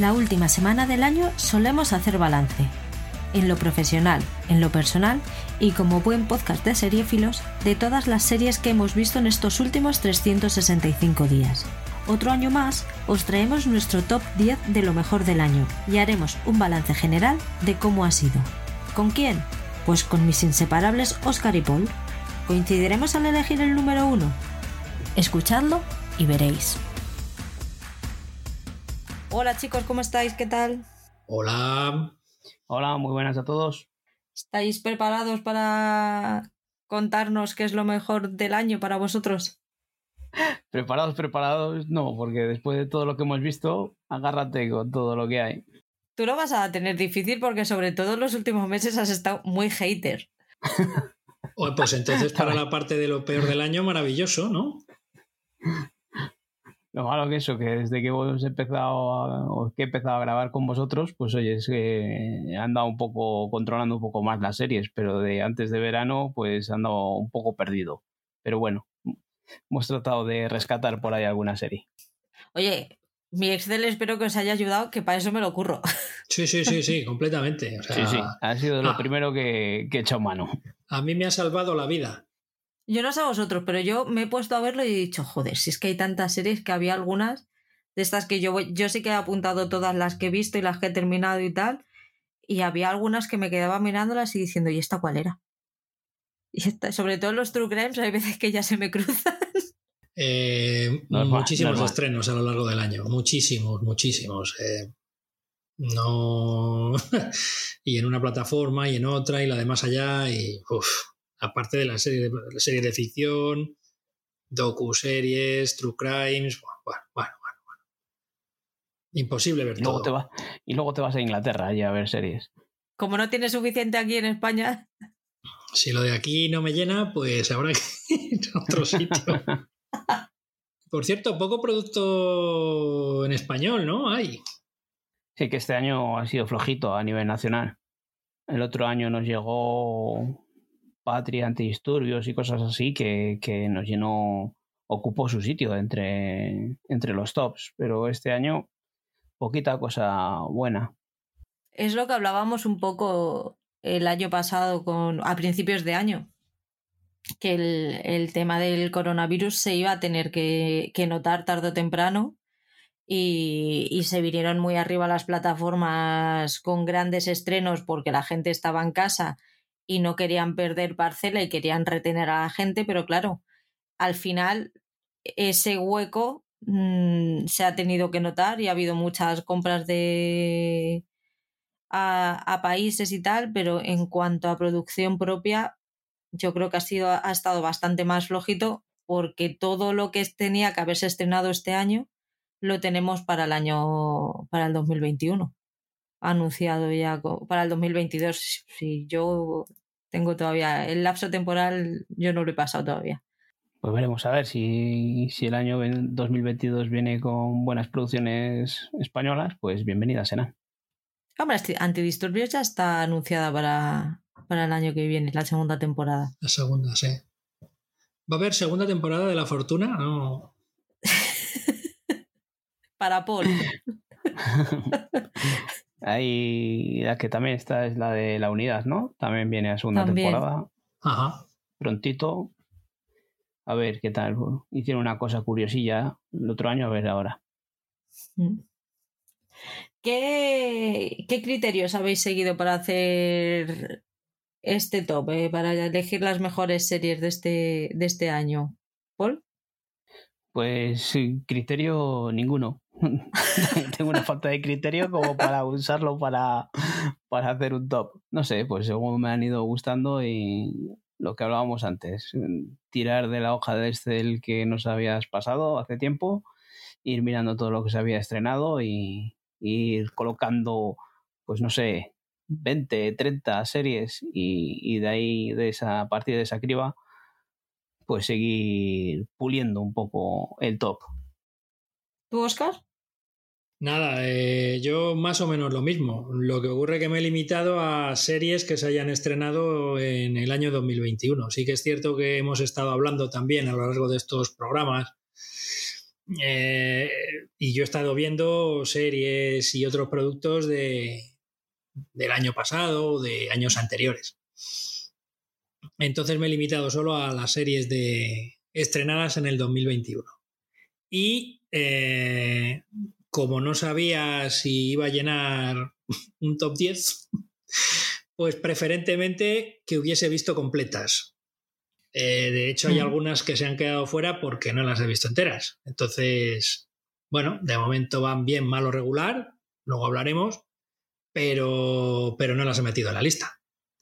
La última semana del año solemos hacer balance. En lo profesional, en lo personal y como buen podcast de seriéfilos, de todas las series que hemos visto en estos últimos 365 días. Otro año más, os traemos nuestro top 10 de lo mejor del año y haremos un balance general de cómo ha sido. ¿Con quién? Pues con mis inseparables Óscar y Paul. ¿Coincidiremos al elegir el número 1? Escuchadlo y veréis. Hola chicos, ¿cómo estáis? ¿Qué tal? Hola. Hola, muy buenas a todos. ¿Estáis preparados para contarnos qué es lo mejor del año para vosotros? Preparados, no, porque después de todo lo que hemos visto, agárrate con todo lo que hay. Tú lo vas a tener difícil porque sobre todo en los últimos meses has estado muy hater. Pues entonces para la parte de lo peor del año, maravilloso, ¿no? Lo malo que eso, que desde que he empezado a grabar con vosotros, pues oye, es que he andado un poco controlando un poco más las series, pero de antes de verano, pues he andado un poco perdido. Pero bueno, hemos tratado de rescatar por ahí alguna serie. Oye, mi Excel espero que os haya ayudado, que para eso me lo curro. Sí, completamente. O sea, sí, ha sido lo primero que he echado mano. A mí me ha salvado la vida. Yo no sé a vosotros, pero yo me he puesto a verlo y he dicho, joder, si es que hay tantas series que había algunas de estas que yo sí que he apuntado todas las que he visto y las que he terminado y tal, y había algunas que me quedaba mirándolas y diciendo, ¿y esta cuál era? Y sobre todo los True Crimes hay veces que ya se me cruzan. Muchísimos estrenos a lo largo del año, muchísimos. No. Y en una plataforma y en otra y la de más allá y aparte de la serie de ficción, docuseries, True Crimes, bueno. Imposible ver todo. Y luego te vas a Inglaterra allí a ver series. Como no tienes suficiente aquí en España. Si lo de aquí no me llena, pues habrá que ir a otro sitio. Por cierto, poco producto en español, ¿no? Hay. Sí, que este año ha sido flojito a nivel nacional. El otro año nos llegó Patria, Antidisturbios y cosas así que nos ocupó su sitio entre los tops. Pero este año, poquita cosa buena. Es lo que hablábamos un poco el año pasado a principios de año, que el tema del coronavirus se iba a tener que notar tarde o temprano y se vinieron muy arriba las plataformas con grandes estrenos porque la gente estaba en casa y no querían perder parcela y querían retener a la gente, pero claro, al final ese hueco se ha tenido que notar y ha habido muchas compras a países y tal, pero en cuanto a producción propia, yo creo que ha estado bastante más flojito porque todo lo que tenía que haberse estrenado este año lo tenemos para el 2021. Anunciado ya para el 2022. Si yo tengo todavía el lapso temporal, yo no lo he pasado todavía. Pues veremos a ver si el año 2022 viene con buenas producciones españolas, pues bienvenidas serán. Hombre, Antidisturbios ya está anunciada para el año que viene, la segunda temporada. La segunda, sí. ¿Va a haber segunda temporada de La Fortuna? No. Para Paul. Ahí la que también está es la de La Unidad, ¿no? También viene a segunda temporada. Ajá. Prontito. A ver qué tal. Hicieron una cosa curiosilla el otro año, a ver ahora. ¿Qué criterios habéis seguido para hacer este top, para elegir las mejores series de este año? ¿Paul? Pues criterio ninguno. Tengo una falta de criterio como para usarlo para hacer un top. No sé, pues según me han ido gustando y lo que hablábamos antes, tirar de la hoja de Excel que nos habías pasado hace tiempo, ir mirando todo lo que se había estrenado y ir colocando, pues no sé, 20, 30 series y de ahí, a partir de esa criba, pues seguir puliendo un poco el top. ¿Tú, Óscar? Nada, yo más o menos lo mismo. Lo que ocurre es que me he limitado a series que se hayan estrenado en el año 2021. Sí que es cierto que hemos estado hablando también a lo largo de estos programas Y yo he estado viendo series y otros productos del año pasado, de años anteriores. Entonces me he limitado solo a las series estrenadas en el 2021. Y como no sabía si iba a llenar un top 10, pues preferentemente que hubiese visto completas. De hecho, hay algunas que se han quedado fuera porque no las he visto enteras. Entonces, bueno, de momento van bien, mal o regular, luego hablaremos, pero no las he metido en la lista.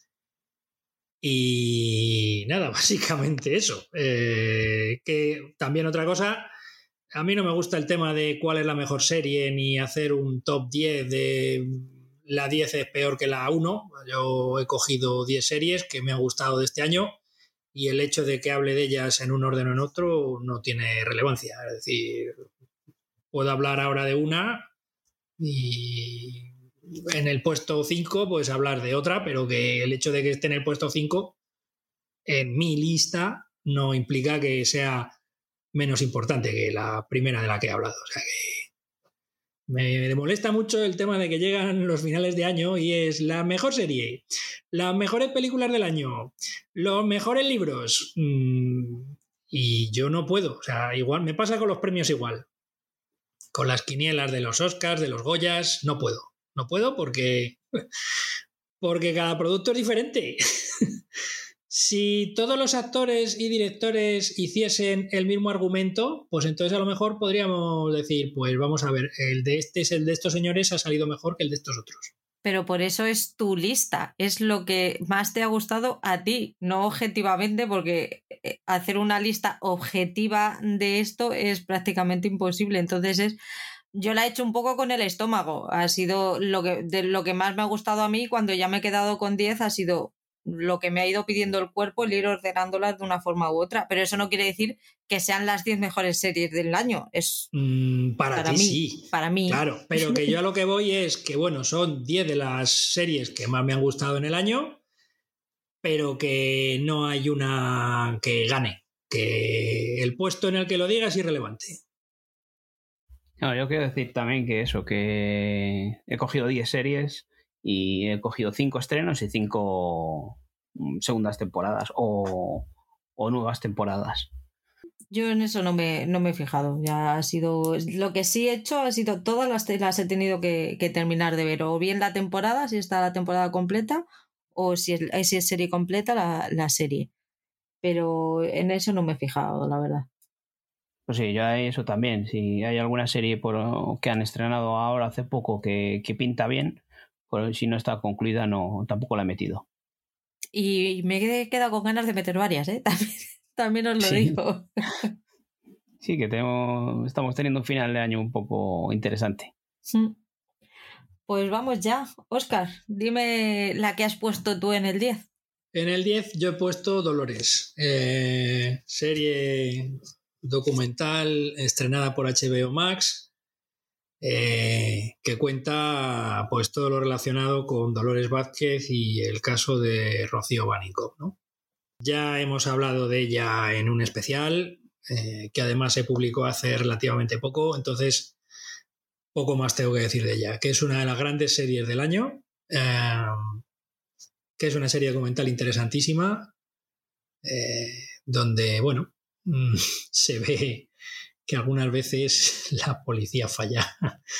Y nada, básicamente eso. Que también otra cosa, a mí no me gusta el tema de cuál es la mejor serie ni hacer un top 10 de la 10 es peor que la 1. Yo he cogido 10 series que me han gustado de este año y el hecho de que hable de ellas en un orden o en otro no tiene relevancia. Es decir, puedo hablar ahora de una y en el puesto 5 pues hablar de otra, pero que el hecho de que esté en el puesto 5 en mi lista no implica que sea menos importante que la primera de la que he hablado. O sea que me molesta mucho el tema de que llegan los finales de año y es la mejor serie, las mejores películas del año, los mejores libros. Y yo no puedo. O sea, igual me pasa con los premios igual. Con las quinielas de los Oscars, de los Goyas, no puedo. No puedo porque cada producto es diferente. Si todos los actores y directores hiciesen el mismo argumento, pues entonces a lo mejor podríamos decir, pues vamos a ver, el de estos señores ha salido mejor que el de estos otros. Pero por eso es tu lista, es lo que más te ha gustado a ti, no objetivamente, porque hacer una lista objetiva de esto es prácticamente imposible. Entonces yo la he hecho un poco con el estómago, ha sido lo que más me ha gustado a mí. Cuando ya me he quedado con 10 ha sido lo que me ha ido pidiendo el cuerpo, el ir ordenándolas de una forma u otra, pero eso no quiere decir que sean las 10 mejores series del año. Es para ti mí, sí, para mí. Claro, pero que yo a lo que voy es que, bueno, son 10 de las series que más me han gustado en el año, pero que no hay una que gane, que el puesto en el que lo diga es irrelevante. No, yo quiero decir también que eso, que he cogido 10 series y he cogido 5 estrenos y 5 segundas temporadas o nuevas temporadas. Yo en eso no me he fijado. Ya ha sido. Lo que sí he hecho ha sido todas las he tenido que terminar de ver. O bien la temporada, si está la temporada completa, o si es serie completa, la serie. Pero en eso no me he fijado, la verdad. Pues sí, yo hay eso también. Si hay alguna serie que han estrenado ahora hace poco que pinta bien, pues si no está concluida, no, tampoco la he metido. Y me he quedado con ganas de meter varias, ¿eh? También os lo digo. Sí, que estamos teniendo un final de año un poco interesante. Pues vamos ya. Óscar, dime la que has puesto tú en el 10. En el 10 yo he puesto Dolores, serie documental estrenada por HBO Max, que cuenta pues todo lo relacionado con Dolores Vázquez y el caso de Rocío Baninkoff, ¿no? Ya hemos hablado de ella en un especial, que además se publicó hace relativamente poco, entonces poco más tengo que decir de ella, que es una de las grandes series del año, que es una serie documental interesantísima, donde, bueno, se ve que algunas veces la policía falla.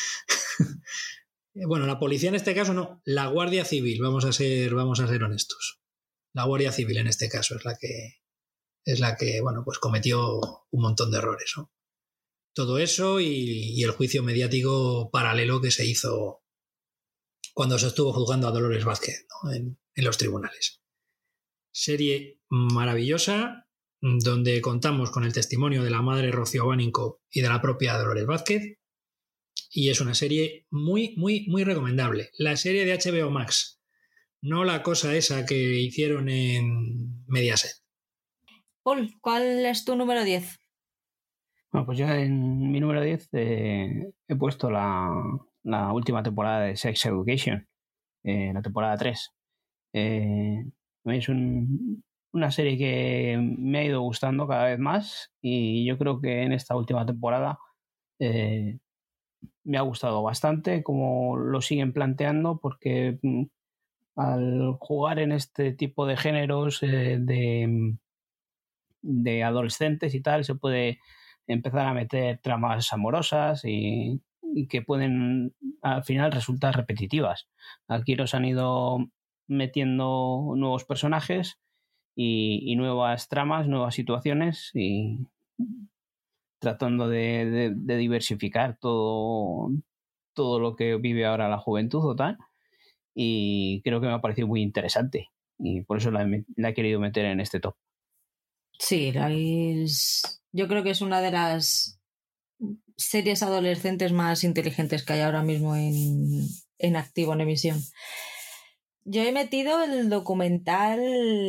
Bueno, la policía en este caso no, la Guardia Civil, vamos a ser honestos. La Guardia Civil en este caso es la que bueno, pues cometió un montón de errores, ¿no? Todo eso y el juicio mediático paralelo que se hizo cuando se estuvo juzgando a Dolores Vázquez, ¿no? en los tribunales. Serie maravillosa, donde contamos con el testimonio de la madre Rocío Baninkoff y de la propia Dolores Vázquez, y es una serie muy, muy, muy recomendable. La serie de HBO Max, no la cosa esa que hicieron en Mediaset. Paul, ¿cuál es tu número 10? Bueno, pues yo en mi número 10 he puesto la última temporada de Sex Education, la temporada 3. Es una serie que me ha ido gustando cada vez más y yo creo que en esta última temporada me ha gustado bastante cómo lo siguen planteando, porque al jugar en este tipo de géneros de adolescentes y tal, se puede empezar a meter tramas amorosas y que pueden al final resultar repetitivas. Aquí los han ido metiendo nuevos personajes y nuevas tramas, nuevas situaciones, y tratando de diversificar todo lo que vive ahora la juventud o tal, y creo que me ha parecido muy interesante y por eso la he querido meter en este top. Sí, yo creo que es una de las series adolescentes más inteligentes que hay ahora mismo en activo, en emisión. Yo he metido el documental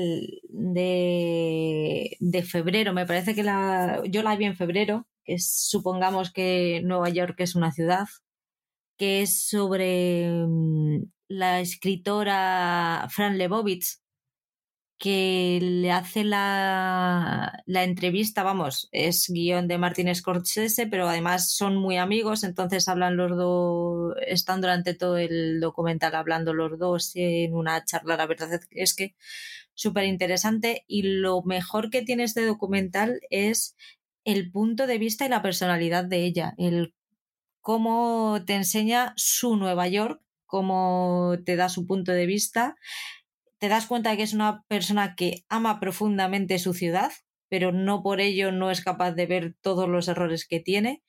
de febrero, me parece que yo la vi en febrero, que supongamos que Nueva York es una ciudad, que es sobre la escritora Fran Lebowitz, que le hace la entrevista, vamos, es guión de Martin Scorsese, pero además son muy amigos, entonces hablan los dos, están durante todo el documental hablando los dos en una charla. La verdad es que súper interesante, y lo mejor que tiene este documental es el punto de vista y la personalidad de ella, el cómo te enseña su Nueva York, cómo te da su punto de vista. Te das cuenta de que es una persona que ama profundamente su ciudad, pero no por ello no es capaz de ver todos los errores que tiene.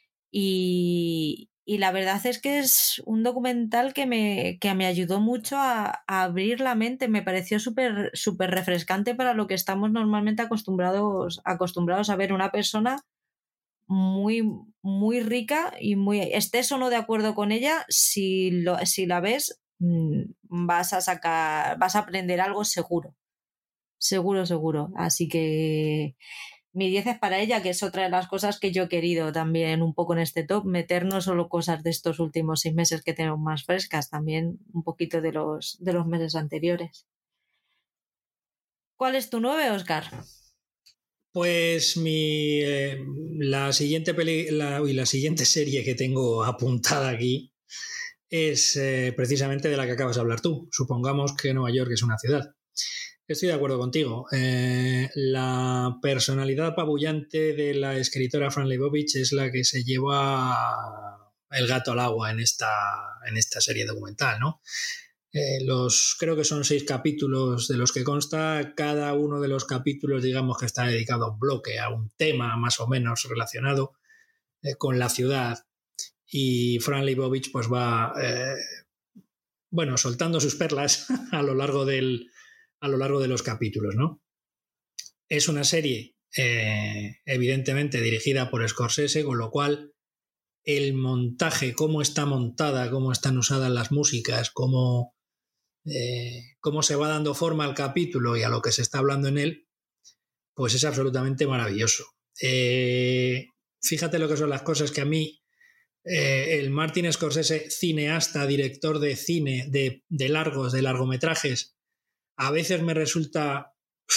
Y la verdad es que es un documental que me ayudó mucho a abrir la mente. Me pareció súper súper refrescante para lo que estamos normalmente acostumbrados a ver. Una persona muy, muy rica y muy... Estés o no de acuerdo con ella, si la ves, vas a aprender algo seguro. Seguro, seguro. Así que mi 10 es para ella, que es otra de las cosas que yo he querido también un poco en este top, meter no solo cosas de estos últimos 6 meses que tenemos más frescas, también un poquito de los meses anteriores. ¿Cuál es tu 9, Oscar? Pues la siguiente serie que tengo apuntada aquí es precisamente de la que acabas de hablar tú. Supongamos que Nueva York es una ciudad. Estoy de acuerdo contigo. La personalidad apabullante de la escritora Fran Lebowitz es la que se lleva el gato al agua en esta serie documental, ¿no? Creo que son 6 capítulos de los que consta. Cada uno de los capítulos, digamos que está dedicado a un bloque, a un tema más o menos relacionado con la ciudad. Y Fran Lebowitz pues va soltando sus perlas a lo largo de los capítulos, ¿no? Es una serie evidentemente dirigida por Scorsese, con lo cual el montaje, cómo está montada, cómo están usadas las músicas, cómo se va dando forma al capítulo y a lo que se está hablando en él, pues es absolutamente maravilloso. Fíjate lo que son las cosas que a mí, el Martin Scorsese, cineasta, director de cine, de largometrajes, a veces me resulta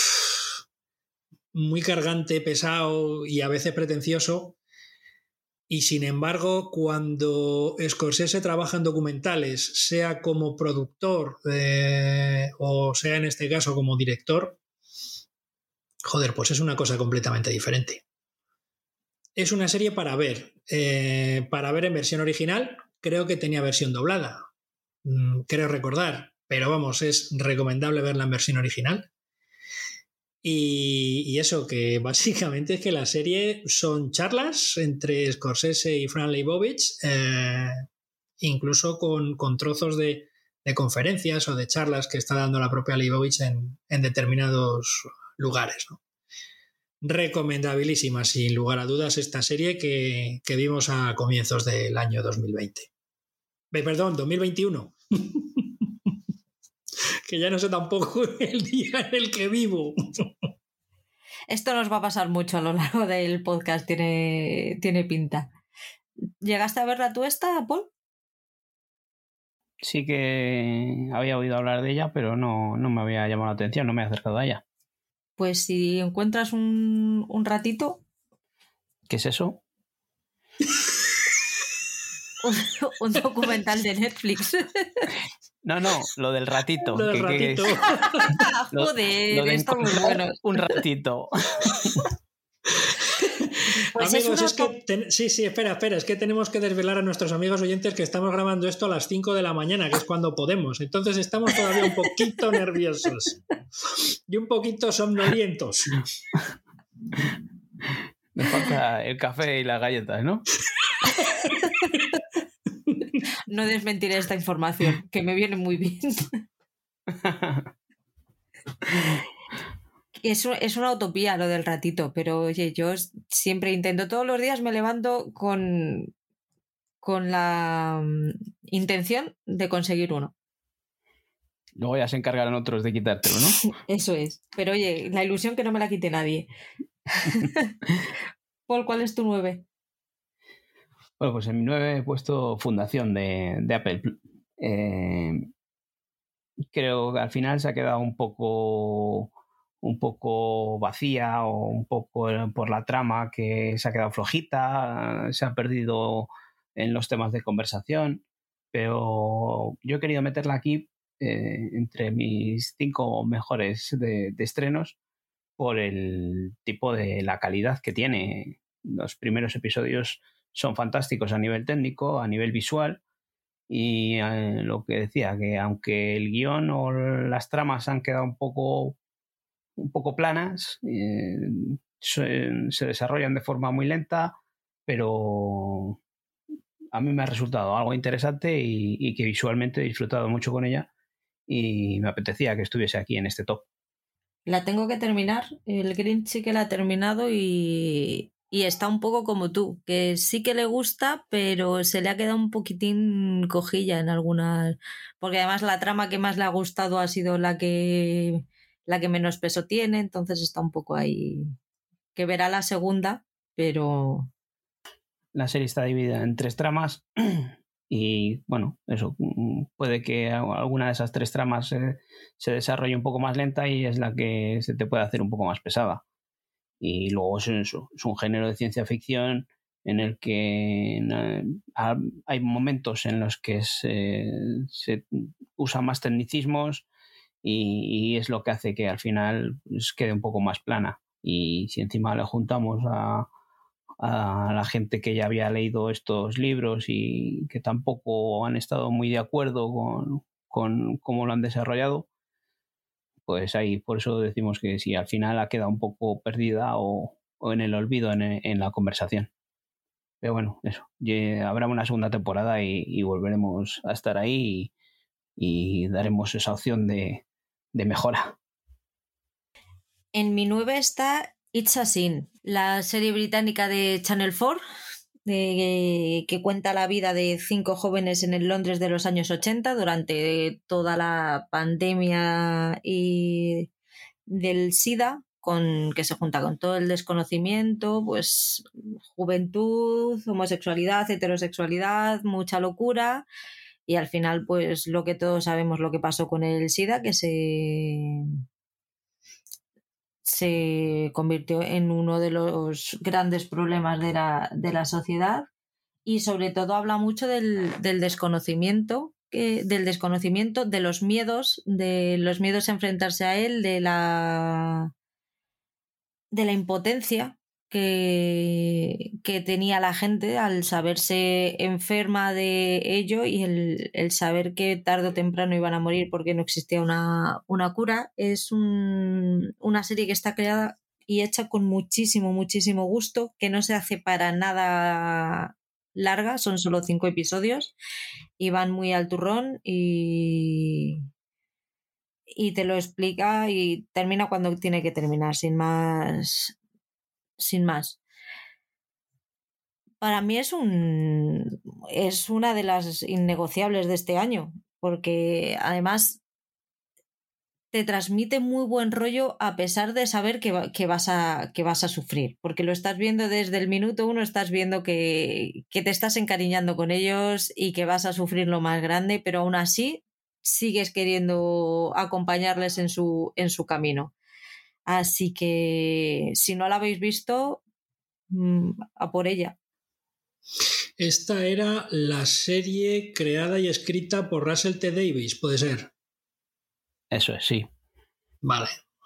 muy cargante, pesado y a veces pretencioso. Y sin embargo, cuando Scorsese trabaja en documentales, sea como productor o sea en este caso como director, pues es una cosa completamente diferente. Es una serie para ver en versión original. Creo que tenía versión doblada, creo recordar, pero vamos, es recomendable verla en versión original. Y eso, que básicamente es que la serie son charlas entre Scorsese y Fran Lebowitz, incluso con trozos de conferencias o de charlas que está dando la propia Lebowitz en determinados lugares, ¿no? Recomendabilísima, sin lugar a dudas, esta serie que vimos a comienzos del año 2020. Perdón, 2021. Que ya no sé tampoco el día en el que vivo. Esto nos va a pasar mucho a lo largo del podcast, tiene pinta. ¿Llegaste a verla tú esta, Paul? Sí que había oído hablar de ella, pero no me había llamado la atención, no me he acercado a ella. Pues si encuentras un ratito... ¿Qué es eso? un documental de Netflix. No, lo del ratito. Lo del ratito. Joder, lo de está muy bueno. un ratito. Pues amigos, es que... Sí, espera, es que tenemos que desvelar a nuestros amigos oyentes que estamos grabando esto a las 5 de la mañana, que es cuando podemos. Entonces estamos todavía un poquito nerviosos y un poquito somnolientos. Me falta el café y las galletas, ¿no? No desmentiré esta información, que me viene muy bien. Es una utopía lo del ratito, pero oye, yo siempre intento, todos los días me levanto con la intención de conseguir uno. Luego ya se encargarán otros de quitártelo, ¿no? Eso es. Pero oye, la ilusión que no me la quite nadie. Paul, ¿cuál es tu 9? Bueno, pues en mi 9 he puesto Fundación de Apple. Creo que al final se ha quedado un poco vacía o un poco por la trama que se ha quedado flojita, se ha perdido en los temas de conversación, pero yo he querido meterla aquí entre mis 5 mejores de estrenos por el tipo de la calidad que tiene. Los primeros episodios son fantásticos a nivel técnico, a nivel visual. Y lo que decía, que aunque el guión o las tramas han quedado un poco planas, se desarrollan de forma muy lenta, pero a mí me ha resultado algo interesante y que visualmente he disfrutado mucho con ella y me apetecía que estuviese aquí en este top. La tengo que terminar. El Grinch sí que la ha terminado y está un poco como tú, que sí que le gusta, pero se le ha quedado un poquitín cojilla en algunas. Porque además la trama que más le ha gustado ha sido la que menos peso tiene, entonces está un poco ahí. Que verá la segunda, pero. La serie está dividida en 3 tramas y bueno, eso puede que alguna de esas 3 tramas se desarrolle un poco más lenta y es la que se te puede hacer un poco más pesada. Y luego es un género de ciencia ficción en el que hay momentos en los que se usan más tecnicismos y es lo que hace que al final pues, quede un poco más plana. Y si encima le juntamos a la gente que ya había leído estos libros y que tampoco han estado muy de acuerdo con cómo lo han desarrollado, pues ahí por eso decimos que si al final ha quedado un poco perdida o en el olvido en la conversación. Pero bueno, eso, habrá una segunda temporada y volveremos a estar ahí y daremos esa opción de mejora. En mi 9 está It's a Sin, la serie británica de Channel 4, que cuenta la vida de 5 jóvenes en el Londres de los años 80 durante toda la pandemia y del SIDA, que se junta con todo el desconocimiento, pues juventud, homosexualidad, heterosexualidad, mucha locura. Y al final, pues lo que todos sabemos lo que pasó con el SIDA, que se convirtió en uno de los grandes problemas de la sociedad y sobre todo habla mucho del desconocimiento, de los miedos a enfrentarse a él, de la impotencia que tenía la gente al saberse enferma de ello y el saber que tarde o temprano iban a morir porque no existía una cura. Es una serie que está creada y hecha con muchísimo, muchísimo gusto, que no se hace para nada larga, son solo 5 episodios y van muy al turrón y te lo explica y termina cuando tiene que terminar, sin más. Para mí es una de las innegociables de este año, porque además te transmite muy buen rollo a pesar de saber que vas a sufrir, porque lo estás viendo desde el minuto 1, estás viendo que te estás encariñando con ellos y que vas a sufrir lo más grande, pero aún así sigues queriendo acompañarles en su camino. Así que si no la habéis visto, a por ella. Esta era la serie creada y escrita por Russell T. Davies, ¿puede ser? Eso es, sí. Vale.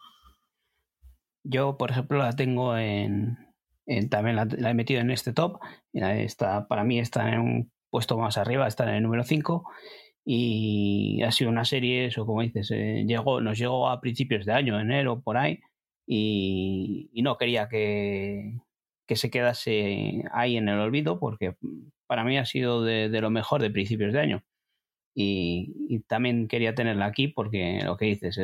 Yo, por ejemplo, la tengo también la he metido en este top. Para mí está en un puesto más arriba, está en el número 5. Y ha sido una serie, eso como dices, nos llegó a principios de año, enero, por ahí, y no quería que se quedase ahí en el olvido, porque para mí ha sido de lo mejor de principios de año. Y también quería tenerla aquí porque lo que dices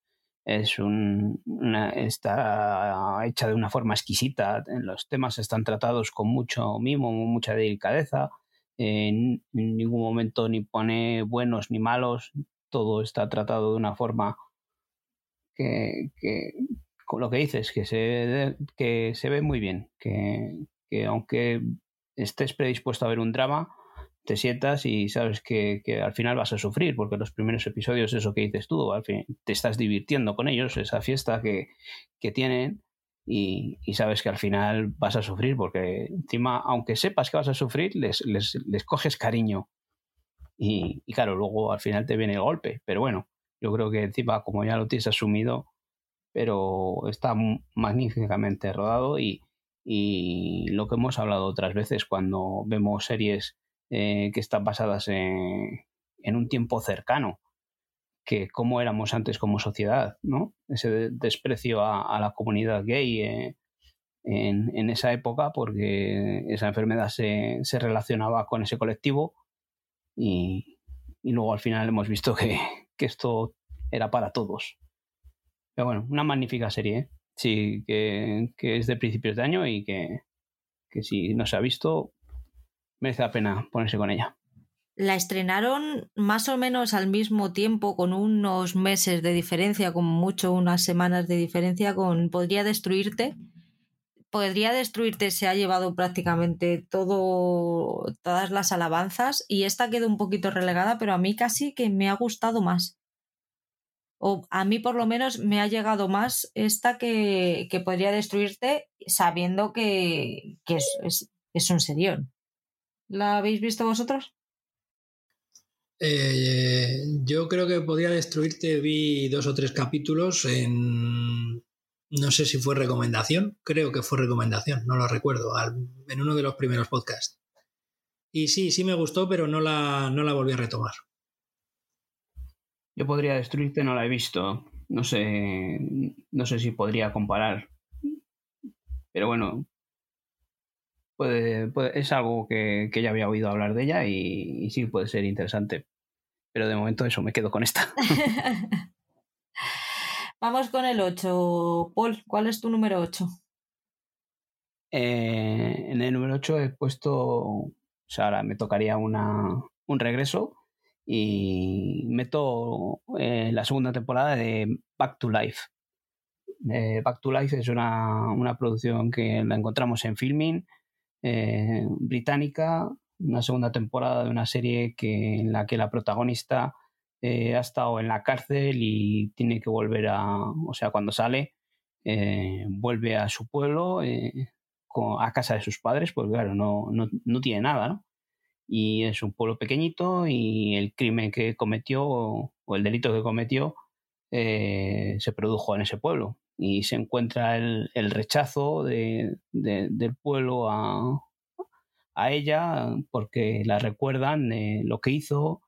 está hecha de una forma exquisita. Los temas están tratados con mucho mimo, mucha delicadeza. En ningún momento ni pone buenos ni malos. Todo está tratado de una forma que con lo que dices, que se ve muy bien. Que aunque estés predispuesto a ver un drama, te sientas y sabes que al final vas a sufrir, porque los primeros episodios, eso que dices tú, al fin te estás divirtiendo con ellos, esa fiesta que tienen, y sabes que al final vas a sufrir, porque encima, aunque sepas que vas a sufrir, les coges cariño. Y claro, luego al final te viene el golpe, pero bueno, yo creo que encima, como ya lo tienes asumido, pero está magníficamente rodado y lo que hemos hablado otras veces cuando vemos series que están basadas en un tiempo cercano, que cómo éramos antes como sociedad, ¿no? Ese desprecio a la comunidad gay en esa época, porque esa enfermedad se relacionaba con ese colectivo y luego al final hemos visto que esto era para todos. Pero bueno, una magnífica serie, ¿eh? Sí, que es de principios de año y que si no se ha visto, merece la pena ponerse con ella. La estrenaron más o menos al mismo tiempo, con unos meses de diferencia, como mucho unas semanas de diferencia, con Podría Destruirte. Podría Destruirte se ha llevado prácticamente todas las alabanzas, y esta quedó un poquito relegada, pero a mí casi que me ha gustado más. O a mí por lo menos me ha llegado más esta que Podría Destruirte, sabiendo que es un serión. ¿La habéis visto vosotros? Yo creo que Podía Destruirte, vi 2 o 3 capítulos no sé si fue recomendación, creo que fue recomendación, no lo recuerdo, en uno de los primeros podcasts. Y sí me gustó, pero no la volví a retomar. Yo Podría Destruirte, no la he visto. No sé si podría comparar. Pero bueno, es algo que ya había oído hablar de ella y sí puede ser interesante. Pero de momento eso, me quedo con esta. Vamos con el 8. Paul, ¿cuál es tu número 8? En el número 8 he puesto, o sea, ahora me tocaría un regreso y meto la segunda temporada de Back to Life. Back to Life es una producción que la encontramos en Filmin, británica, una segunda temporada de una serie en la que la protagonista ha estado en la cárcel y tiene que volver o sea, cuando sale, vuelve a su pueblo, a casa de sus padres, porque claro, no tiene nada, ¿no? Y es un pueblo pequeñito y el crimen que cometió o el delito que cometió se produjo en ese pueblo y se encuentra el rechazo del pueblo a ella porque la recuerdan lo que hizo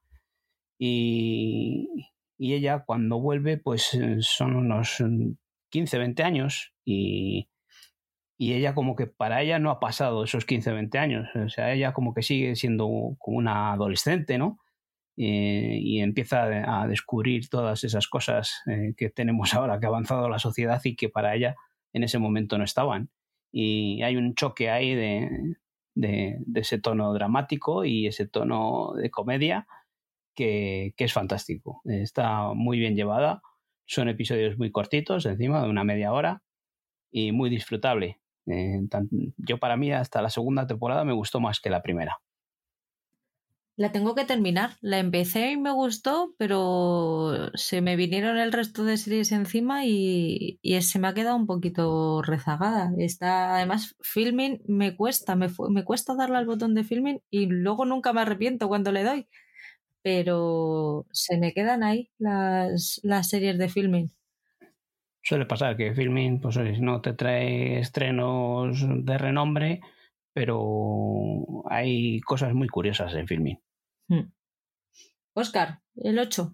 y ella cuando vuelve pues son unos 15, 20 años y ella como que para ella no ha pasado esos 15, 20 años, o sea, ella como que sigue siendo como una adolescente, ¿no? Y empieza a descubrir todas esas cosas que tenemos ahora, que ha avanzado la sociedad y que para ella en ese momento no estaban. Y hay un choque ahí de ese tono dramático y ese tono de comedia que es fantástico. Está muy bien llevada, son episodios muy cortitos, encima de una media hora, y muy disfrutable. Yo para mí hasta la segunda temporada me gustó más que la primera. La tengo que terminar. La empecé y me gustó, pero se me vinieron el resto de series encima y se me ha quedado un poquito rezagada. Además, filming me cuesta, me cuesta darle al botón de filming y luego nunca me arrepiento cuando le doy. Pero se me quedan ahí las series de filming. Suele pasar que filming, pues no te trae estrenos de renombre, pero hay cosas muy curiosas en filming. Óscar, el 8.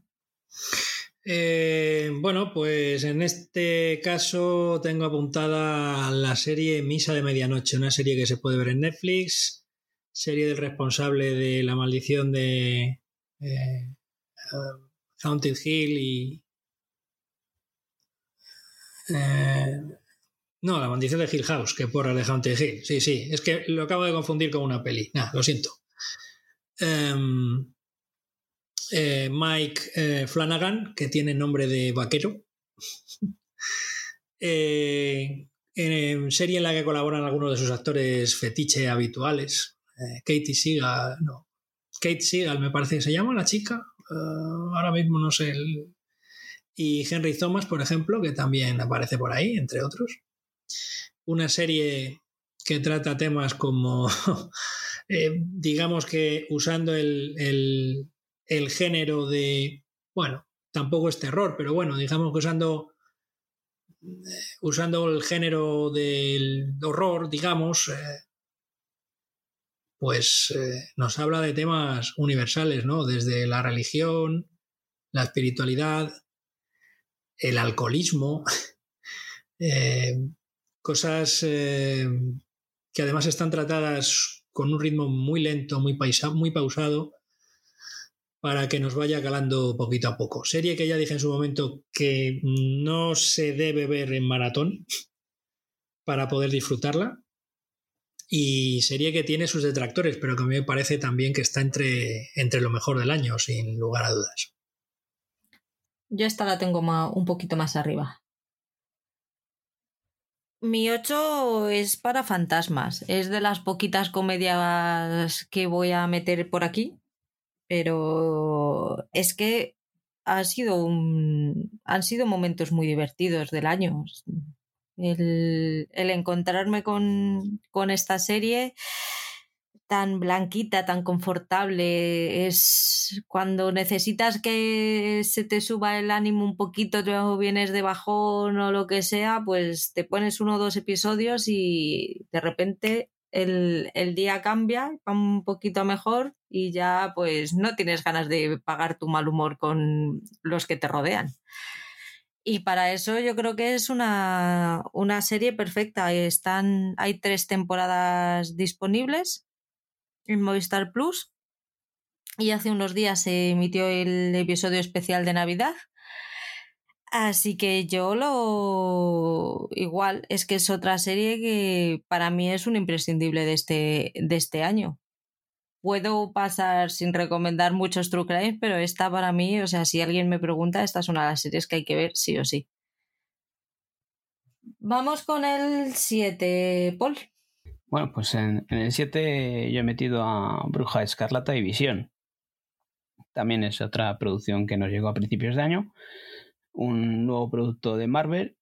Bueno, pues en este caso tengo apuntada la serie Misa de Medianoche, una serie que se puede ver en Netflix, serie del responsable de La Maldición de Haunted Hill y... no, La Maldición de Hill House, que porra de Haunted Hill. Sí, es que lo acabo de confundir con una peli. Lo siento. Mike Flanagan, que tiene nombre de vaquero. Serie en la que colaboran algunos de sus actores fetiche habituales. Kate Siegel me parece que se llama la chica. Ahora mismo no sé. Y Henry Thomas, por ejemplo, que también aparece por ahí, entre otros. Una serie que trata temas como, digamos que usando el género de, bueno, tampoco es terror, pero bueno, digamos que usando el género del horror, digamos, pues nos habla de temas universales, ¿no? Desde la religión, la espiritualidad, el alcoholismo, cosas que además están tratadas con un ritmo muy lento, muy pausado, para que nos vaya calando poquito a poco. Serie que ya dije en su momento que no se debe ver en maratón para poder disfrutarla. Y serie que tiene sus detractores, pero que a mí me parece también que está entre lo mejor del año, sin lugar a dudas. Yo esta la tengo un poquito más arriba. Mi 8 es para fantasmas. Es de las poquitas comedias que voy a meter por aquí. Pero es que han sido momentos muy divertidos del año. El encontrarme con esta serie tan blanquita, tan confortable, es cuando necesitas que se te suba el ánimo un poquito, o vienes de bajón o lo que sea, pues te pones 1 o 2 episodios y de repente el día cambia, va un poquito mejor y ya pues no tienes ganas de pagar tu mal humor con los que te rodean. Y para eso yo creo que es una serie perfecta. Hay 3 temporadas disponibles en Movistar Plus y hace unos días se emitió el episodio especial de Navidad. Así que igual, es que es otra serie que para mí es un imprescindible de este año. Puedo pasar sin recomendar muchos True Crime, pero esta para mí, o sea, si alguien me pregunta, esta es una de las series que hay que ver sí o sí. Vamos con el 7, Paul. Bueno, pues en el 7 yo he metido a Bruja Escarlata y Visión. También es otra producción que nos llegó a principios de año. Un nuevo producto de Marvel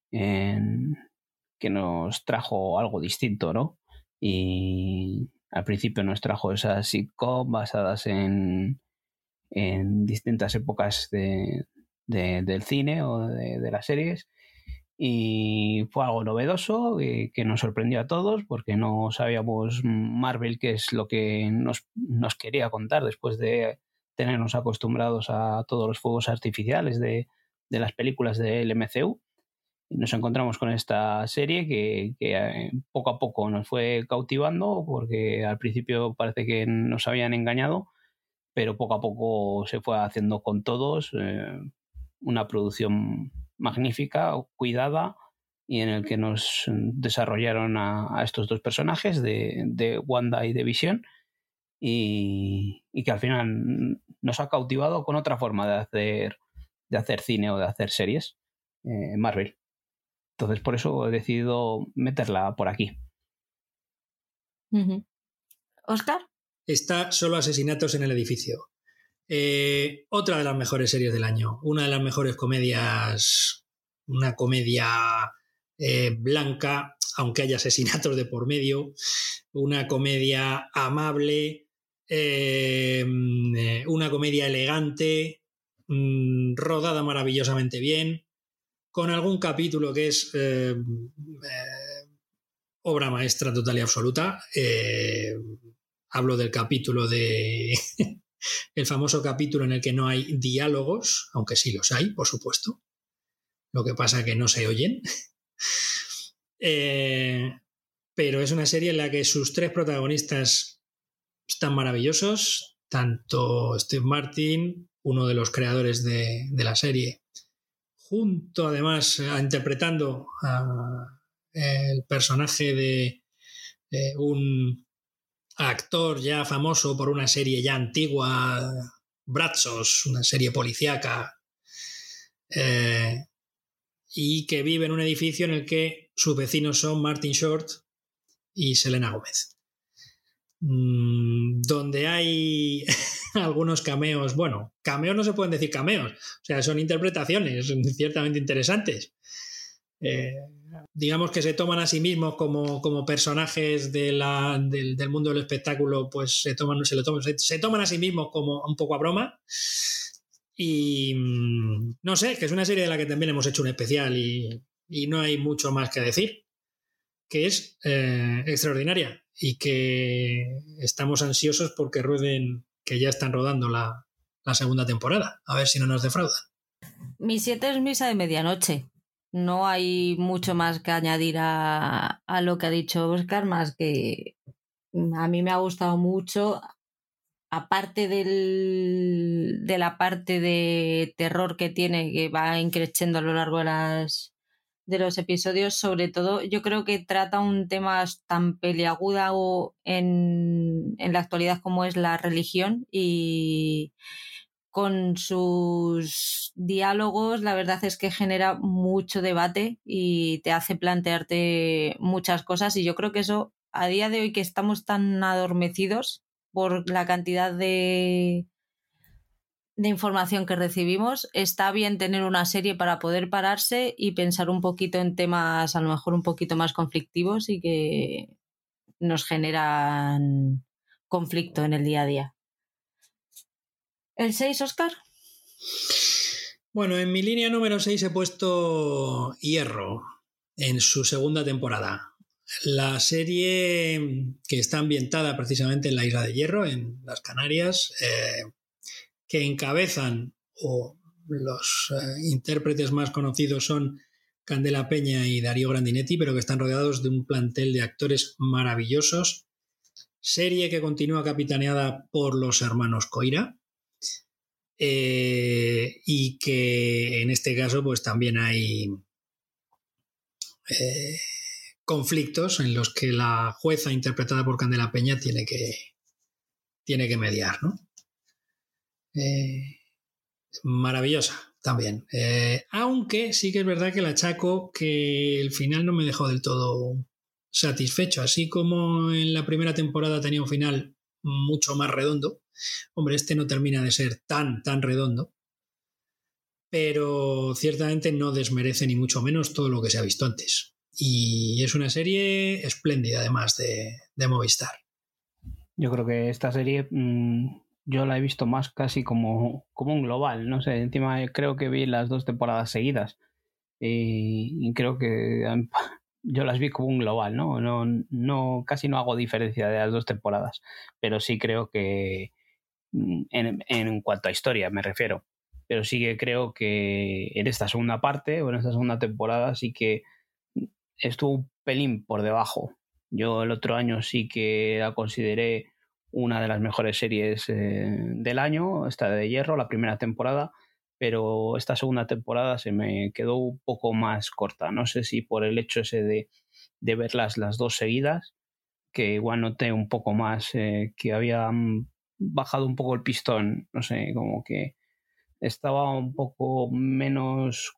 que nos trajo algo distinto, ¿no? Y al principio nos trajo esas sitcom basadas en distintas épocas del cine o de las series. Y fue algo novedoso que nos sorprendió a todos porque no sabíamos Marvel qué es lo que nos quería contar después de tenernos acostumbrados a todos los fuegos artificiales de las películas del MCU. Y nos encontramos con esta serie que poco a poco nos fue cautivando porque al principio parece que nos habían engañado, pero poco a poco se fue haciendo con todos una producción magnífica, cuidada, y en el que nos desarrollaron a estos 2 personajes de Wanda y de Visión y que al final nos ha cautivado con otra forma de hacer cine o de hacer series, Marvel. Entonces por eso he decidido meterla por aquí. ¿Óscar? está Solo asesinatos en el edificio. Otra de las mejores series del año, una de las mejores comedias, una comedia blanca, aunque haya asesinatos de por medio, una comedia amable, una comedia elegante, rodada maravillosamente bien, con algún capítulo que es obra maestra total y absoluta. Hablo del capítulo de el famoso capítulo en el que no hay diálogos, aunque sí los hay, por supuesto. Lo que pasa es que no se oyen. Pero es una serie en la que sus tres protagonistas están maravillosos, tanto Steve Martin, uno de los creadores de la serie, junto además interpretando el personaje de un actor ya famoso por una serie ya antigua, Brazos, una serie policíaca, y que vive en un edificio en el que sus vecinos son Martin Short y Selena Gómez. Donde hay algunos cameos, bueno, cameos no se pueden decir cameos, o sea, son interpretaciones ciertamente interesantes. Digamos que se toman a sí mismos como personajes del mundo del espectáculo, pues se toman a sí mismos como un poco a broma. Y no sé, que es una serie de la que también hemos hecho un especial y no hay mucho más que decir, que es extraordinaria y que estamos ansiosos porque rueden, que ya están rodando la segunda temporada, a ver si no nos defraudan. Mi 7 es Misa de Medianoche. No hay mucho más que añadir a lo que ha dicho Óscar, más que a mí me ha gustado mucho. Aparte de la parte de terror que tiene, que va increciendo a lo largo de los episodios, sobre todo yo creo que trata un tema tan peliagudo en la actualidad como es la religión, y con sus diálogos la verdad es que genera mucho debate y te hace plantearte muchas cosas, y yo creo que eso a día de hoy, que estamos tan adormecidos por la cantidad de información que recibimos, está bien tener una serie para poder pararse y pensar un poquito en temas a lo mejor un poquito más conflictivos y que nos generan conflicto en el día a día. ¿El 6, Óscar? Bueno, en mi línea número 6 he puesto Hierro en su segunda temporada. La serie que está ambientada precisamente en la Isla de Hierro, en las Canarias, que encabezan, o los intérpretes más conocidos son Candela Peña y Darío Grandinetti, pero que están rodeados de un plantel de actores maravillosos. Serie que continúa capitaneada por los hermanos Coira, y que en este caso pues también hay conflictos en los que la jueza interpretada por Candela Peña tiene que mediar, ¿no? Maravillosa también, aunque sí que es verdad que la achaco que el final no me dejó del todo satisfecho, así como en la primera temporada tenía un final mucho más redondo. Hombre, este no termina de ser tan redondo, pero ciertamente no desmerece ni mucho menos todo lo que se ha visto antes, y es una serie espléndida además de Movistar. Yo creo que esta serie yo la he visto más casi como un global, no sé, encima creo que vi las 2 temporadas seguidas y creo que yo las vi como un global, no casi no hago diferencia de las 2 temporadas, pero sí creo que en cuanto a historia me refiero, pero sí que creo que en esta segunda parte o en esta segunda temporada sí que estuvo un pelín por debajo. Yo el otro año sí que la consideré una de las mejores series del año, esta de Hierro, la primera temporada, pero esta segunda temporada se me quedó un poco más corta. No sé si por el hecho ese de verlas las 2 seguidas, que igual noté un poco más que habían bajado un poco el pistón, no sé, como que estaba un poco menos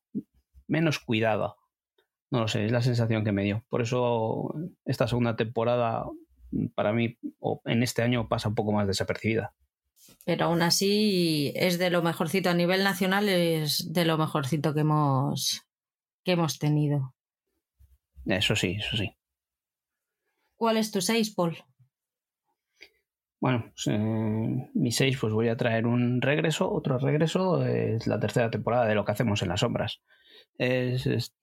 cuidada. No lo sé, es la sensación que me dio. Por eso esta segunda temporada para mí, o en este año, pasa un poco más desapercibida. Pero aún así es de lo mejorcito a nivel nacional, es de lo mejorcito que hemos tenido. Eso sí, eso sí. ¿Cuál es tu 6, Paul? Bueno, pues, mi 6, pues voy a traer otro regreso, es la tercera temporada de Lo que hacemos en las sombras. Es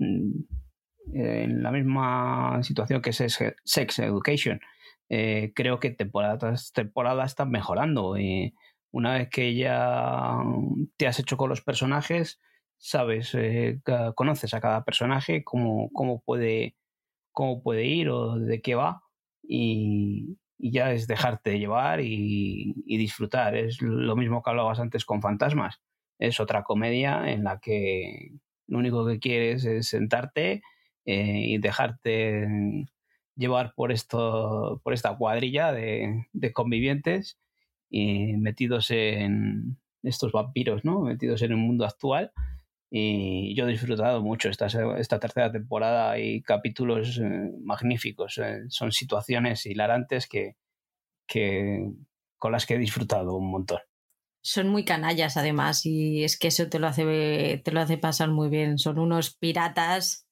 en la misma situación que Sex Education. Creo que temporada tras temporada están mejorando. Una vez que ya te has hecho con los personajes, sabes, conoces a cada personaje, cómo puede ir o de qué va, y ya es dejarte llevar y disfrutar. Es lo mismo que hablabas antes con Fantasmas. Es otra comedia en la que lo único que quieres es sentarte y dejarte llevar por esta cuadrilla de convivientes y metidos en estos vampiros, ¿no? Metidos en el mundo actual. Y yo he disfrutado mucho esta tercera temporada. Hay capítulos magníficos. Son situaciones hilarantes que con las que he disfrutado un montón. Son muy canallas además, y es que eso te lo hace pasar muy bien. Son unos piratas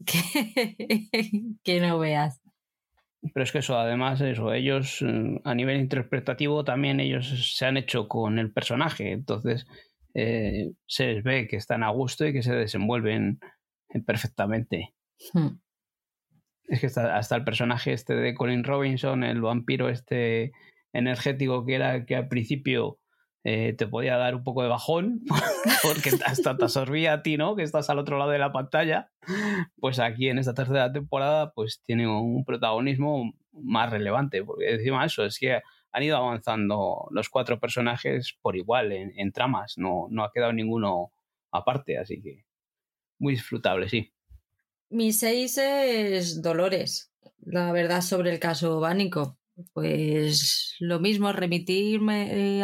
que no veas. Pero es que eso, además, ellos a nivel interpretativo también ellos se han hecho con el personaje. Entonces se les ve que están a gusto y que se desenvuelven perfectamente. Es que hasta el personaje este de Colin Robinson, el vampiro este energético que al principio te podía dar un poco de bajón porque hasta te absorbía a ti, ¿no? Que estás al otro lado de la pantalla. Pues aquí en esta tercera temporada pues tiene un protagonismo más relevante, porque encima eso es que han ido avanzando los 4 personajes por igual en tramas, no ha quedado ninguno aparte, así que muy disfrutable, sí. Mi 6 es Dolores, la verdad, sobre el caso Bánico. Pues lo mismo, remitirme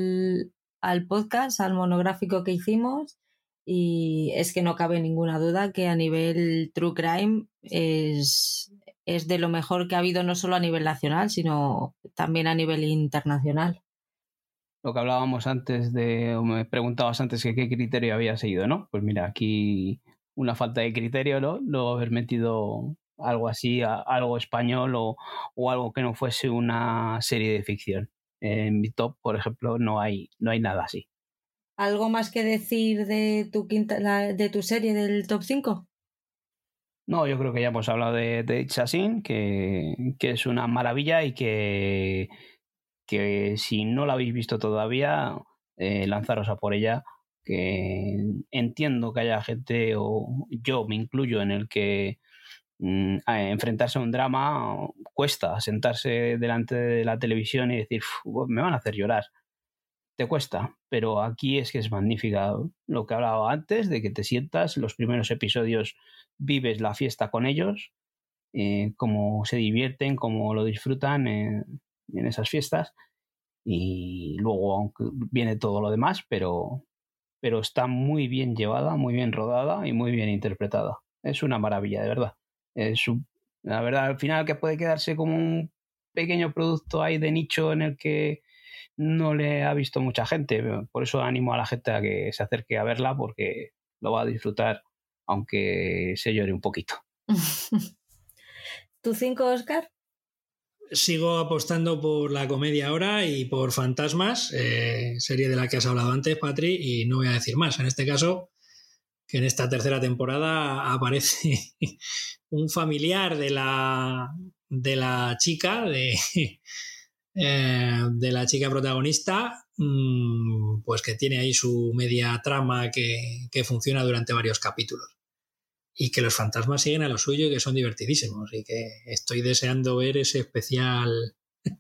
al podcast, al monográfico que hicimos, y es que no cabe ninguna duda que a nivel True Crime es de lo mejor que ha habido, no solo a nivel nacional, sino también a nivel internacional. Lo que hablábamos antes o me preguntabas antes que qué criterio había seguido, ¿no? Pues mira, aquí una falta de criterio, ¿no? No haber metido algo así, algo español o algo que no fuese una serie de ficción. En mi top, por ejemplo, no hay nada así. ¿Algo más que decir de tu serie del top 5? No, yo creo que ya hemos hablado de It's a Sin, que es una maravilla y que si no la habéis visto todavía, lanzaros a por ella, que entiendo que haya gente, o yo me incluyo, en el que a enfrentarse a un drama cuesta, sentarse delante de la televisión y decir, me van a hacer llorar. Te cuesta, pero aquí es que es magnífica. Lo que hablaba antes, de que te sientas, los primeros episodios vives la fiesta con ellos, cómo se divierten, cómo lo disfrutan en esas fiestas, y luego aunque viene todo lo demás, pero está muy bien llevada, muy bien rodada y muy bien interpretada. Es una maravilla, de verdad. La verdad, al final, que puede quedarse como un pequeño producto ahí de nicho en el que no le ha visto mucha gente. Por eso animo a la gente a que se acerque a verla, porque lo va a disfrutar aunque se llore un poquito. ¿Tu 5, Oscar? Sigo apostando por la comedia ahora y por Fantasmas, serie de la que has hablado antes, Patri, y no voy a decir más. En este caso, que en esta tercera temporada aparece un familiar de la chica, de la chica protagonista, pues que tiene ahí su media trama que funciona durante varios capítulos. Y que los fantasmas siguen a lo suyo y que son divertidísimos, y que estoy deseando ver ese especial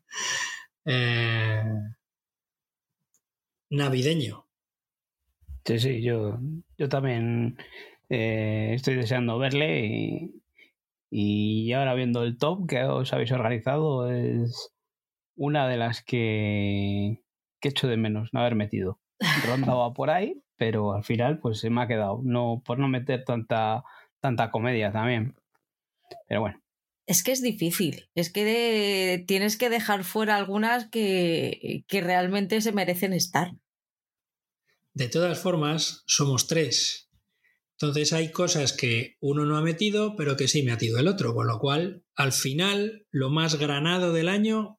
navideño. Sí, yo también estoy deseando verle, y ahora viendo el top que os habéis organizado, es una de las que echo de menos no haber metido. Rondaba por ahí, pero al final pues se me ha quedado, no por no meter tanta comedia también. Pero bueno, Es que es difícil, es que tienes que dejar fuera algunas que realmente se merecen estar. De todas formas, somos 3. Entonces hay cosas que uno no ha metido, pero que sí metido el otro, con lo cual, al final, lo más granado del año,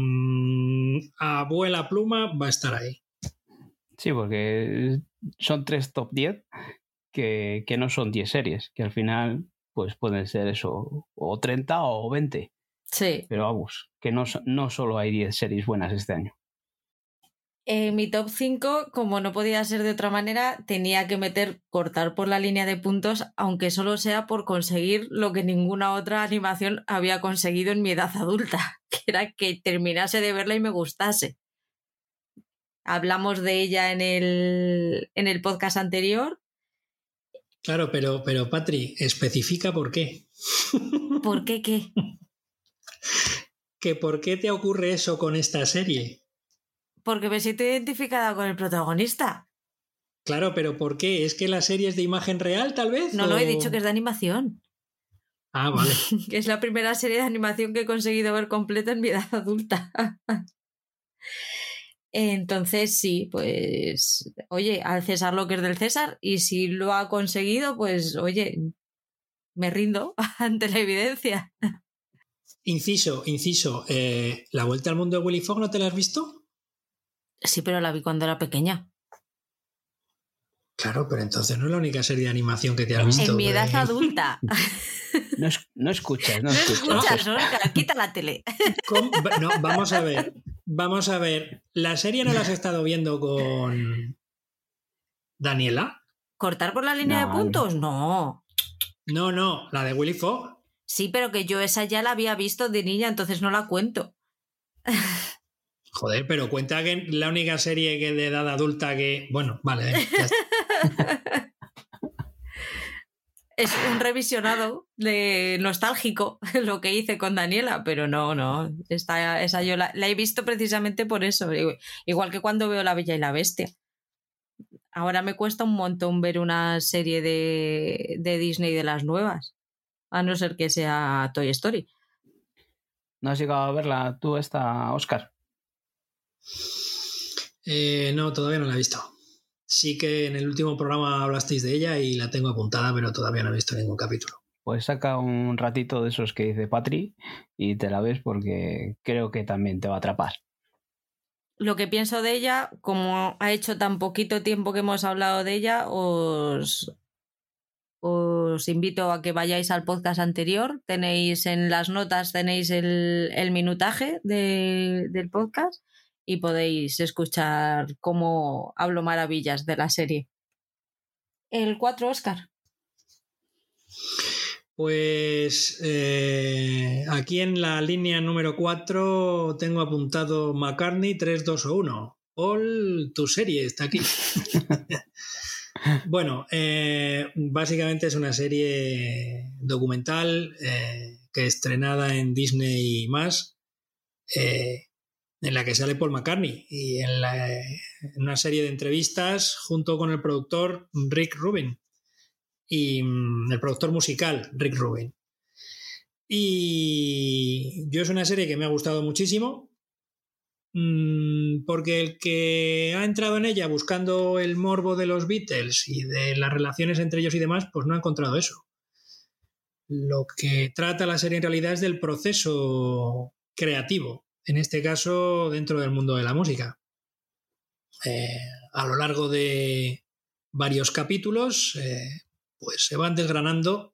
abuela pluma, va a estar ahí. Sí, porque son 3 top 10 que no son 10 series, que al final pues pueden ser eso, o 30 o 20. Sí. Pero vamos, que no solo hay 10 series buenas este año. Mi top 5, como no podía ser de otra manera, tenía que cortar por la línea de puntos, aunque solo sea por conseguir lo que ninguna otra animación había conseguido en mi edad adulta, que era que terminase de verla y me gustase. Hablamos de ella en el podcast anterior. Claro, pero Patri, especifica por qué. ¿Por qué qué? ¿Que por qué te ocurre eso con esta serie? Porque me siento identificada con el protagonista. Claro, pero ¿por qué? ¿Es que la serie es de imagen real, tal vez? No, he dicho que es de animación. Ah, vale. Que es la primera serie de animación que he conseguido ver completa en mi edad adulta. Entonces sí, pues oye, al César lo que es del César, y si lo ha conseguido, pues oye, me rindo ante la evidencia. Inciso, ¿la vuelta al mundo de Willy Fogg no te la has visto? Sí, pero la vi cuando era pequeña. Claro, pero entonces no es la única serie de animación que te has visto. En mi edad adulta. No escuchas. No escuchas, Óscar, quita la tele. No, vamos a ver. ¿La serie no la has estado viendo con Daniela? ¿Cortar por la línea de puntos? No. No, la de Willy Fogg. Sí, pero que yo esa ya la había visto de niña, entonces no la cuento. Joder, pero cuenta que la única serie que de edad adulta que... Bueno, vale, ya está. Es un revisionado de nostálgico lo que hice con Daniela, pero no. Esa yo la he visto precisamente por eso. Igual que cuando veo La Bella y la Bestia. Ahora me cuesta un montón ver una serie de Disney de las nuevas. A no ser que sea Toy Story. ¿No has llegado a verla tú esta, Óscar? No, todavía no la he visto. Sí que en el último programa hablasteis de ella y la tengo apuntada, pero todavía no he visto ningún capítulo. Pues saca un ratito de esos que dice Patri y te la ves porque creo que también te va a atrapar. Lo que pienso de ella, como ha hecho tan poquito tiempo que hemos hablado de ella, os invito a que vayáis al podcast anterior. Tenéis en las notas el minutaje del podcast y podéis escuchar cómo hablo maravillas de la serie. El 4, Óscar. Pues aquí en la línea número 4 tengo apuntado McCartney 3, 2 o 1. All, tu serie está aquí. Bueno, básicamente es una serie documental que estrenada en Disney+, en la que sale Paul McCartney y en una serie de entrevistas junto con el productor Rick Rubin y el productor musical Rick Rubin. Y yo es una serie que me ha gustado muchísimo porque el que ha entrado en ella buscando el morbo de los Beatles y de las relaciones entre ellos y demás, pues no ha encontrado eso. Lo que trata la serie en realidad es del proceso creativo, en este caso dentro del mundo de la música. A lo largo de varios capítulos pues se van desgranando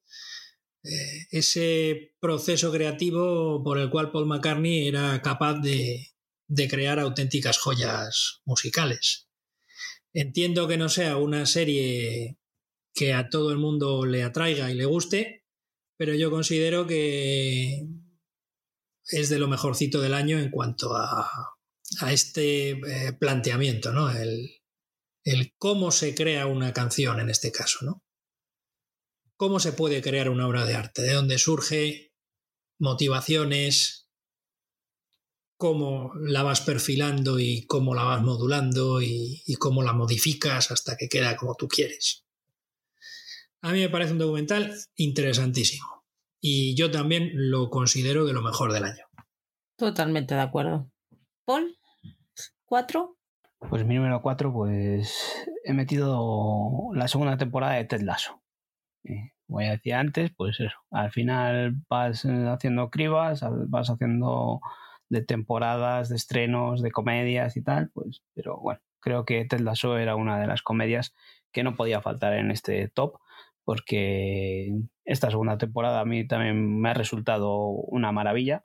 ese proceso creativo por el cual Paul McCartney era capaz de crear auténticas joyas musicales. Entiendo que no sea una serie que a todo el mundo le atraiga y le guste, pero yo considero que es de lo mejorcito del año en cuanto a este planteamiento, ¿no? El cómo se crea una canción en este caso, ¿no? ¿Cómo se puede crear una obra de arte? ¿De dónde surge? Motivaciones, cómo la vas perfilando y cómo la vas modulando y cómo la modificas hasta que queda como tú quieres. A mí me parece un documental interesantísimo. y yo también lo considero de lo mejor del año. Totalmente de acuerdo. Paul, 4. Pues mi número 4, pues he metido la segunda temporada de Ted Lasso. Como ya decía antes, pues eso, al final vas haciendo cribas, vas haciendo de temporadas, de estrenos, de comedias y tal, pues, pero bueno, creo que Ted Lasso era una de las comedias que no podía faltar en este top, porque esta segunda temporada a mí también me ha resultado una maravilla,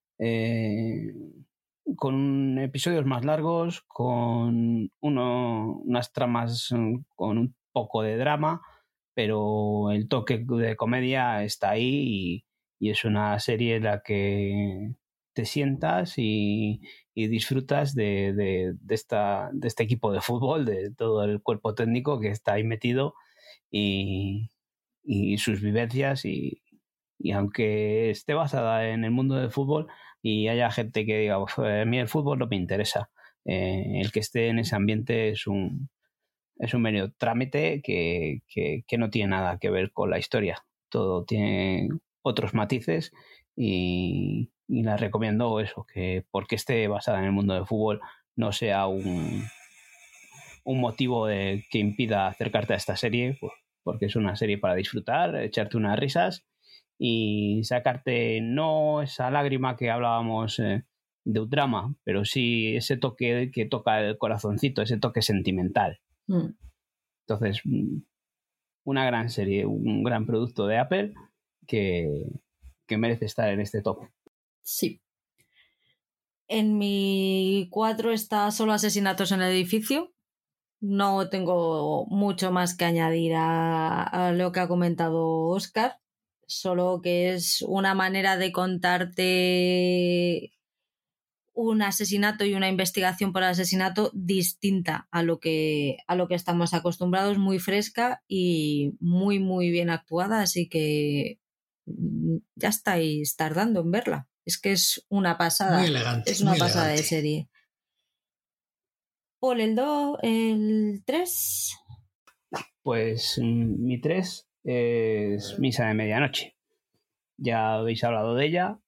con episodios más largos, con unas tramas con un poco de drama, pero el toque de comedia está ahí y es una serie en la que te sientas y disfrutas de este equipo de fútbol, de todo el cuerpo técnico que está ahí metido y sus vivencias y aunque esté basada en el mundo del fútbol y haya gente que diga, a mí el fútbol no me interesa, el que esté en ese ambiente es un mero trámite que no tiene nada que ver con la historia. Todo tiene otros matices y la recomiendo eso, que porque esté basada en el mundo del fútbol no sea un motivo que impida acercarte a esta serie, pues, porque es una serie para disfrutar, echarte unas risas y sacarte no esa lágrima que hablábamos de un drama, pero sí ese toque que toca el corazoncito, ese toque sentimental. Entonces, una gran serie, un gran producto de Apple que merece estar en este top. Sí. En mi 4 está Solo asesinatos en el edificio. No tengo mucho más que añadir a lo que ha comentado Óscar, solo que es una manera de contarte un asesinato y una investigación por asesinato distinta a lo que estamos acostumbrados, muy fresca y muy muy bien actuada, así que ya estáis tardando en verla. Es que es una pasada. Muy elegante. Es una muy pasada elegante. de serie. Paul, el 3. Pues mi 3 es Misa de Medianoche. Ya habéis hablado de ella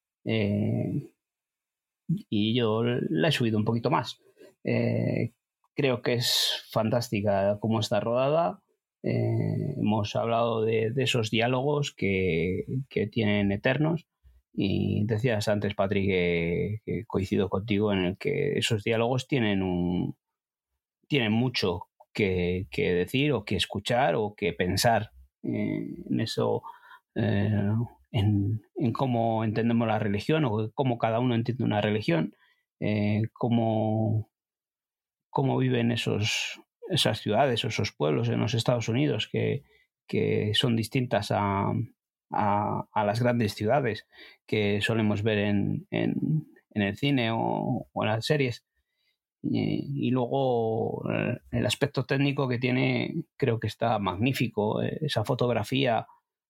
y yo la he subido un poquito más. Creo que es fantástica cómo está rodada. Hemos hablado de esos diálogos que tienen eternos y decías antes, Patrick, que coincido contigo en el que esos diálogos tienen mucho que decir o que escuchar o que pensar en eso, en cómo entendemos la religión o cómo cada uno entiende una religión, cómo viven esas ciudades o esos pueblos en los Estados Unidos que son distintas a las grandes ciudades que solemos ver en el cine o en las series. Y luego el aspecto técnico que tiene creo que está magnífico, esa fotografía,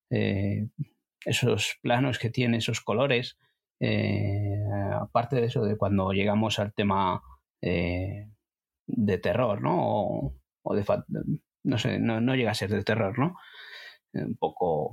esos planos que tiene, esos colores, aparte de eso, de cuando llegamos al tema de terror, ¿no? O de no sé, no llega a ser de terror, ¿no? Un poco,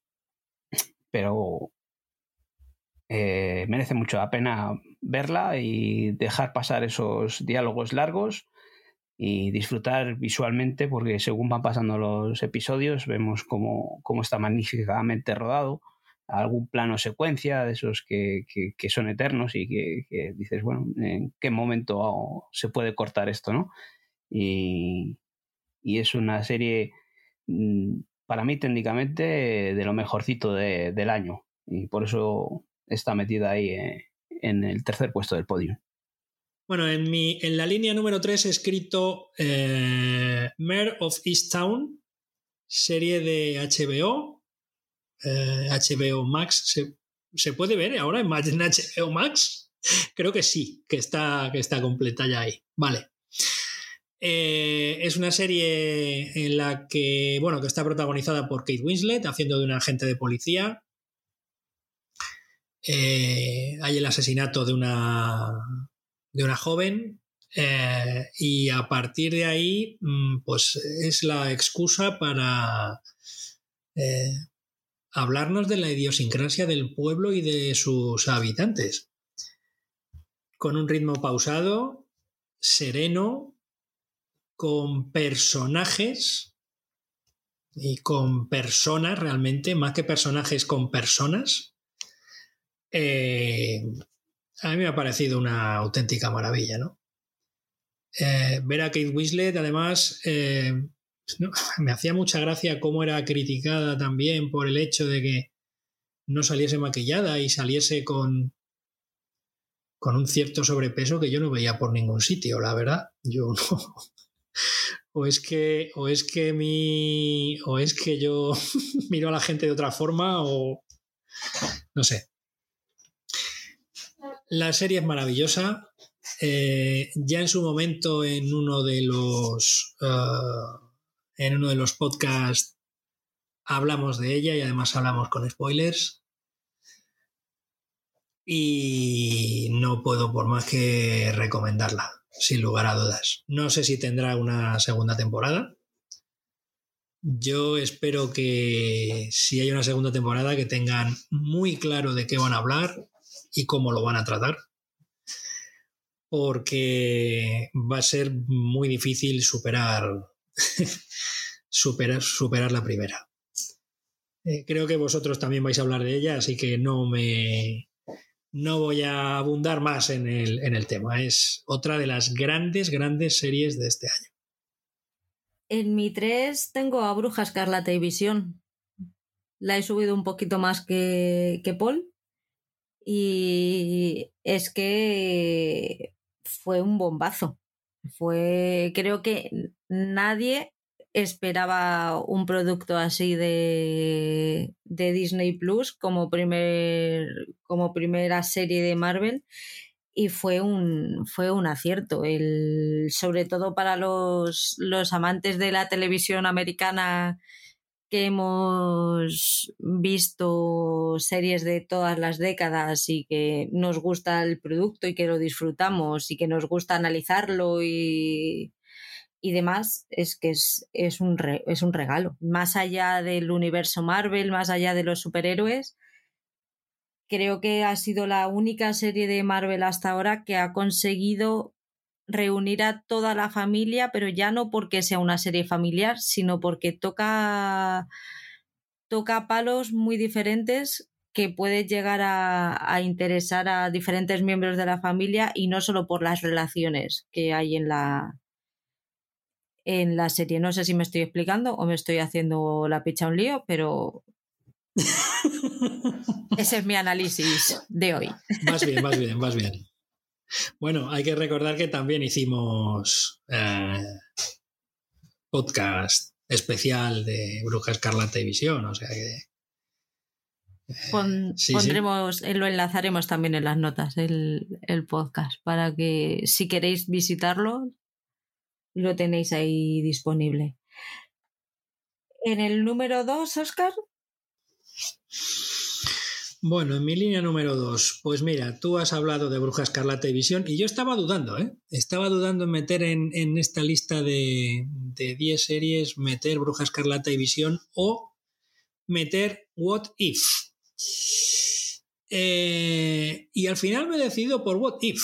pero merece mucho la pena verla y dejar pasar esos diálogos largos y disfrutar visualmente, porque según van pasando los episodios vemos cómo está magníficamente rodado, algún plano secuencia de esos que son eternos y que dices, bueno, ¿en qué momento se puede cortar esto, no? Y es una serie para mí técnicamente de lo mejorcito del año y por eso está metida ahí en el tercer puesto del podio. Bueno, en la línea número 3 he escrito Mare of Easttown, serie de HBO. HBO Max. ¿Se puede ver ahora en HBO Max? Creo que sí, que está completa ya ahí. Vale. Es una serie en la que, bueno, que está protagonizada por Kate Winslet, haciendo de una agente de policía. Hay el asesinato de una joven y a partir de ahí pues es la excusa para hablarnos de la idiosincrasia del pueblo y de sus habitantes. Con un ritmo pausado, sereno, con personajes y con personas realmente, más que personajes, con personas. A mí me ha parecido una auténtica maravilla, ¿no? Ver a Kate Winslet, además, no, me hacía mucha gracia cómo era criticada también por el hecho de que no saliese maquillada y saliese con un cierto sobrepeso que yo no veía por ningún sitio, la verdad. Yo no. O es que yo miro a la gente de otra forma o no sé. La serie es maravillosa. Ya en su momento en uno de los podcasts hablamos de ella y además hablamos con spoilers. Y no puedo por más que recomendarla, sin lugar a dudas. No sé si tendrá una segunda temporada. Yo espero que si hay una segunda temporada que tengan muy claro de qué van a hablar y cómo lo van a tratar, porque va a ser muy difícil superar la primera. Creo que vosotros también vais a hablar de ella, así que no voy a abundar más en el tema. Es otra de las grandes series de este año. En mi 3 tengo a Bruja Escarlata y Visión. La he subido un poquito más que Paul. Y es que fue un bombazo. Creo que nadie esperaba un producto así de Disney Plus como primera serie de Marvel y fue un acierto, sobre todo para los amantes de la televisión americana que hemos visto series de todas las décadas y que nos gusta el producto y que lo disfrutamos y que nos gusta analizarlo y demás, es que es un regalo. Más allá del universo Marvel, más allá de los superhéroes, creo que ha sido la única serie de Marvel hasta ahora que ha conseguido reunir a toda la familia, pero ya no porque sea una serie familiar, sino porque toca palos muy diferentes que puede llegar a interesar a diferentes miembros de la familia y no solo por las relaciones que hay en la serie. No sé si me estoy explicando o me estoy haciendo la picha un lío, pero ese es mi análisis de hoy. Vas bien. Bueno, hay que recordar que también hicimos podcast especial de Bruja Escarlata y Visión, o sea que pondremos, lo enlazaremos también en las notas el podcast para que si queréis visitarlo lo tenéis ahí disponible. En el número 2, Óscar. Bueno, en mi línea número 2, pues mira, tú has hablado de Bruja Escarlata y Visión y yo estaba dudando, Estaba dudando en meter en esta lista de 10 series, meter Bruja Escarlata y Visión o meter What If. Y al final me he decidido por What If.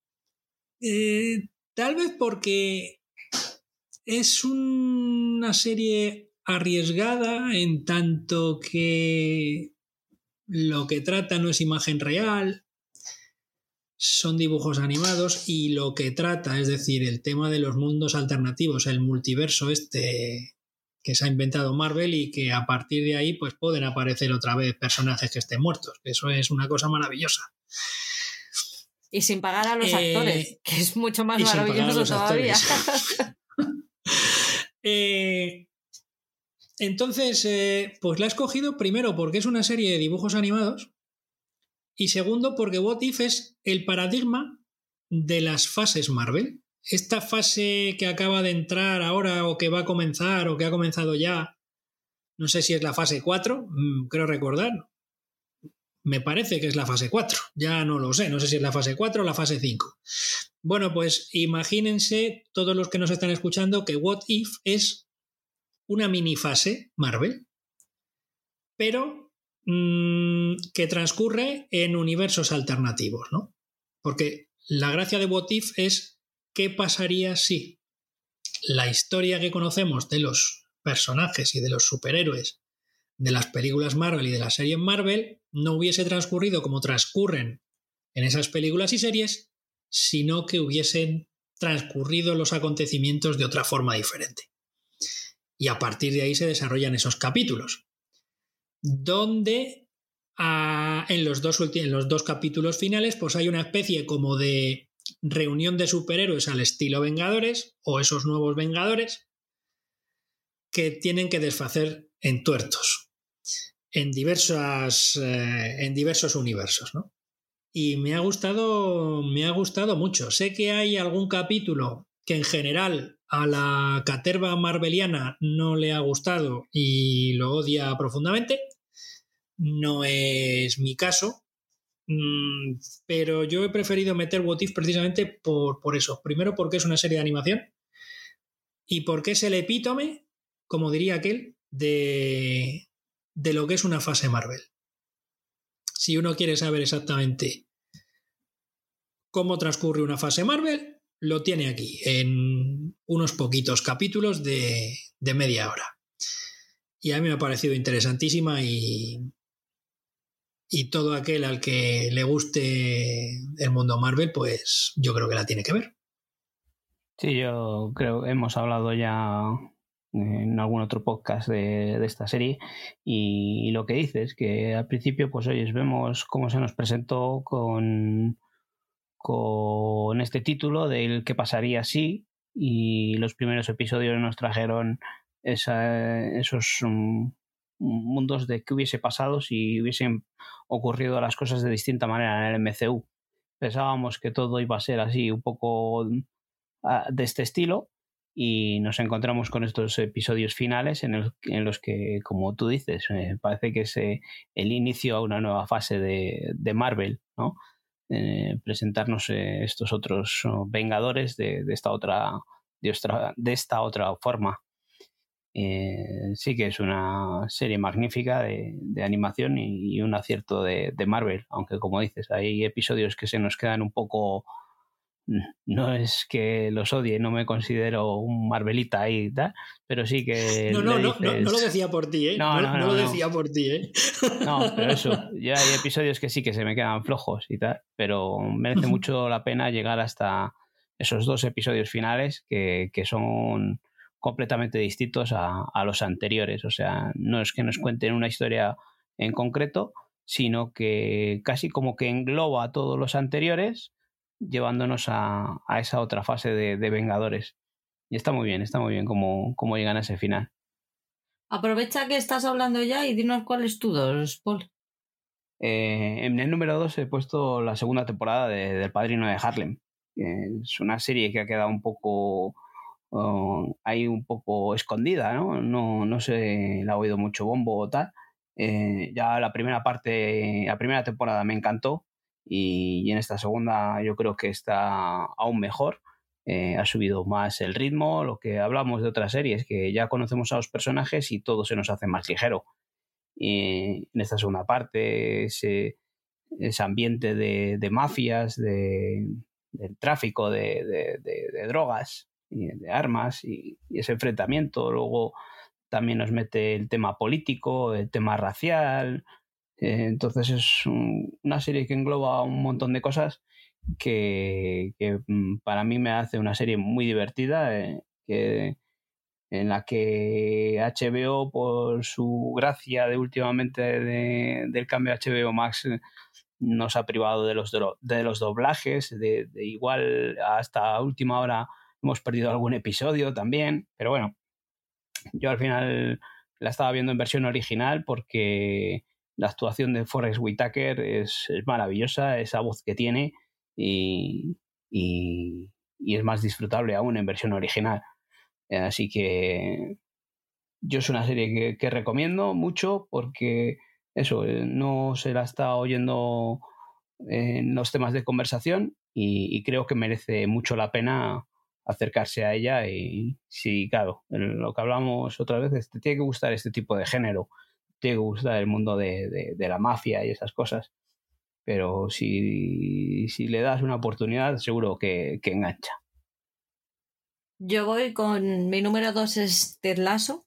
Tal vez porque es una serie arriesgada en tanto que lo que trata no es imagen real, son dibujos animados y lo que trata, es decir, el tema de los mundos alternativos, el multiverso que se ha inventado Marvel y que a partir de ahí pues pueden aparecer otra vez personajes que estén muertos. Eso es una cosa maravillosa. Y sin pagar a los actores, que es mucho más maravilloso todavía. Entonces, pues la he escogido primero porque es una serie de dibujos animados y segundo porque What If es el paradigma de las fases Marvel. Esta fase que acaba de entrar ahora o que va a comenzar o que ha comenzado ya, no sé si es la fase 4, creo recordar. Me parece que es la fase 4, ya no lo sé, no sé si es la fase 4 o la fase 5. Bueno, pues imagínense todos los que nos están escuchando que What If es una mini fase Marvel, pero que transcurre en universos alternativos, ¿no? Porque la gracia de What If es qué pasaría si la historia que conocemos de los personajes y de los superhéroes de las películas Marvel y de las series Marvel no hubiese transcurrido como transcurren en esas películas y series, sino que hubiesen transcurrido los acontecimientos de otra forma diferente. Y a partir de ahí se desarrollan esos capítulos, donde en los dos capítulos finales pues hay una especie como de reunión de superhéroes al estilo Vengadores o esos nuevos Vengadores que tienen que desfacer entuertos en diversos universos, ¿no? Y me ha gustado mucho. Sé que hay algún capítulo que en general a la caterva marveliana no le ha gustado y lo odia profundamente. No es mi caso, pero yo he preferido meter What If precisamente por eso. Primero porque es una serie de animación y porque es el epítome, como diría aquel, de lo que es una fase Marvel. Si uno quiere saber exactamente cómo transcurre una fase Marvel, lo tiene aquí, en unos poquitos capítulos de media hora. Y a mí me ha parecido interesantísima y todo aquel al que le guste el mundo Marvel, pues yo creo que la tiene que ver. Sí, yo creo que hemos hablado ya en algún otro podcast de esta serie y lo que dices, que al principio pues oyes, vemos cómo se nos presentó con este título del qué pasaría si, y los primeros episodios nos trajeron esos mundos de qué hubiese pasado si hubiesen ocurrido las cosas de distinta manera en el MCU. Pensábamos que todo iba a ser así un poco de este estilo y nos encontramos con estos episodios finales en los que, como tú dices, parece que es el inicio a una nueva fase de Marvel, ¿no? Presentarnos estos otros Vengadores de esta otra forma. Sí que es una serie magnífica de animación y un acierto de Marvel, aunque como dices, hay episodios que se nos quedan un poco. No es que los odie, no me considero un Marvelita ahí y tal, pero sí que no lo decía por ti, ¿eh? No lo decía por ti, ¿eh? No, pero eso, ya hay episodios que sí que se me quedan flojos y tal, pero merece mucho la pena llegar hasta esos 2 episodios finales que son completamente distintos a los anteriores. O sea, no es que nos cuenten una historia en concreto, sino que casi como que engloba a todos los anteriores, llevándonos a esa otra fase de Vengadores. Y está muy bien cómo llegan a ese final. Aprovecha que estás hablando ya y dinos cuál es tu 2, Paul. En el número 2 he puesto la segunda temporada del Padrino de Harlem. Es una serie que ha quedado un poco ahí un poco escondida, ¿no? No se le ha oído mucho bombo o tal. Ya la primera temporada me encantó y en esta segunda yo creo que está aún mejor. Ha subido más el ritmo, lo que hablamos de otras series, que ya conocemos a los personajes y todo se nos hace más ligero. Y en esta segunda parte ese ambiente de mafias, del tráfico de drogas y de armas y ese enfrentamiento. Luego también nos mete el tema político, el tema racial. Entonces es una serie que engloba un montón de cosas que para mí me hace una serie muy divertida, en la que HBO, por su gracia de últimamente del cambio a HBO Max, nos ha privado de los doblajes, de igual hasta última hora hemos perdido algún episodio también, pero bueno, yo al final la estaba viendo en versión original porque la actuación de Forest Whitaker es maravillosa, esa voz que tiene y es más disfrutable aún en versión original. Así que yo es una serie que recomiendo mucho porque eso, no se la está oyendo en los temas de conversación y creo que merece mucho la pena acercarse a ella. Y sí, claro, lo que hablamos otra vez, te tiene que gustar este tipo de género, tiene que gustar el mundo de la mafia y esas cosas. Pero si le das una oportunidad, seguro que engancha. Yo voy con mi número 2 es Ted Lasso.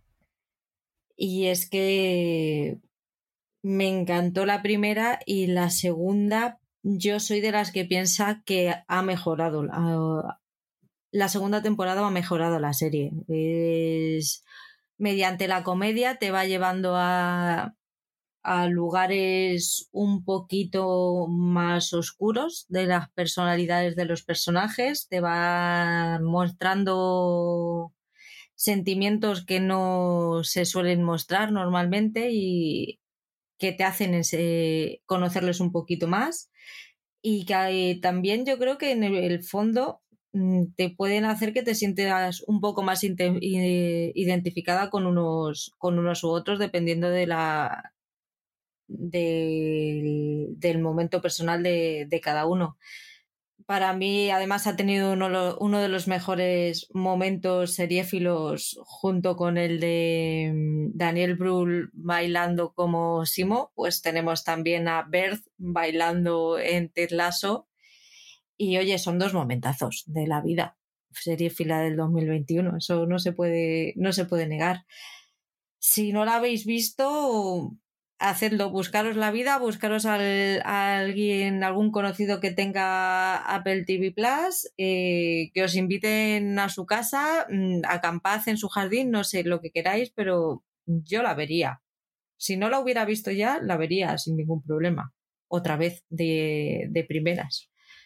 Y es que me encantó la primera y la segunda, yo soy de las que piensa que ha mejorado. La segunda temporada ha mejorado la serie. Mediante la comedia te va llevando a lugares un poquito más oscuros de las personalidades de los personajes, te va mostrando sentimientos que no se suelen mostrar normalmente y que te hacen conocerles un poquito más, y que también yo creo que en el fondo te pueden hacer que te sientas un poco más identificada con unos u otros dependiendo del momento personal de cada uno. Para mí, además, ha tenido uno de los mejores momentos seriéfilos junto con el de Daniel Brühl bailando como Simo. Pues tenemos también a Bert bailando en Ted Lasso. Y oye, son dos momentazos de la vida. Seriéfila del 2021. Eso no se puede negar. Si no la habéis visto, hacedlo, buscaros la vida, buscaros a alguien, algún conocido que tenga Apple TV Plus, que os inviten a su casa, acampad en su jardín, no sé lo que queráis, pero yo la vería. Si no la hubiera visto ya, la vería sin ningún problema. Otra vez de primeras.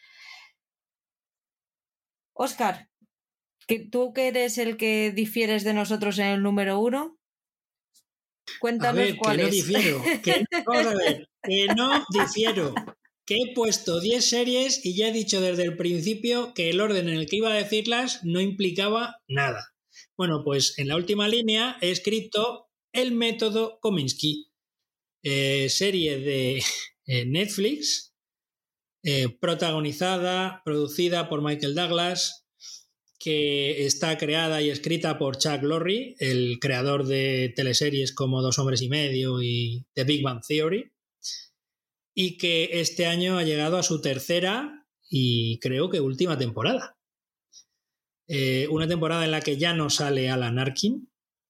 Óscar, tú que eres el que difieres de nosotros en el número 1, cuéntanos a ver, cuál que no es. difiero. Vamos a ver, que no difiero. Que he puesto 10 series y ya he dicho desde el principio que el orden en el que iba a decirlas no implicaba nada. Bueno, pues en la última línea he escrito El método Kominsky, serie de Netflix, protagonizada, producida por Michael Douglas, que está creada y escrita por Chuck Lorre, el creador de teleseries como Dos hombres y medio y The Big Bang Theory, y que este año ha llegado a su tercera y creo que última temporada. Una temporada en la que ya no sale Alan Arkin,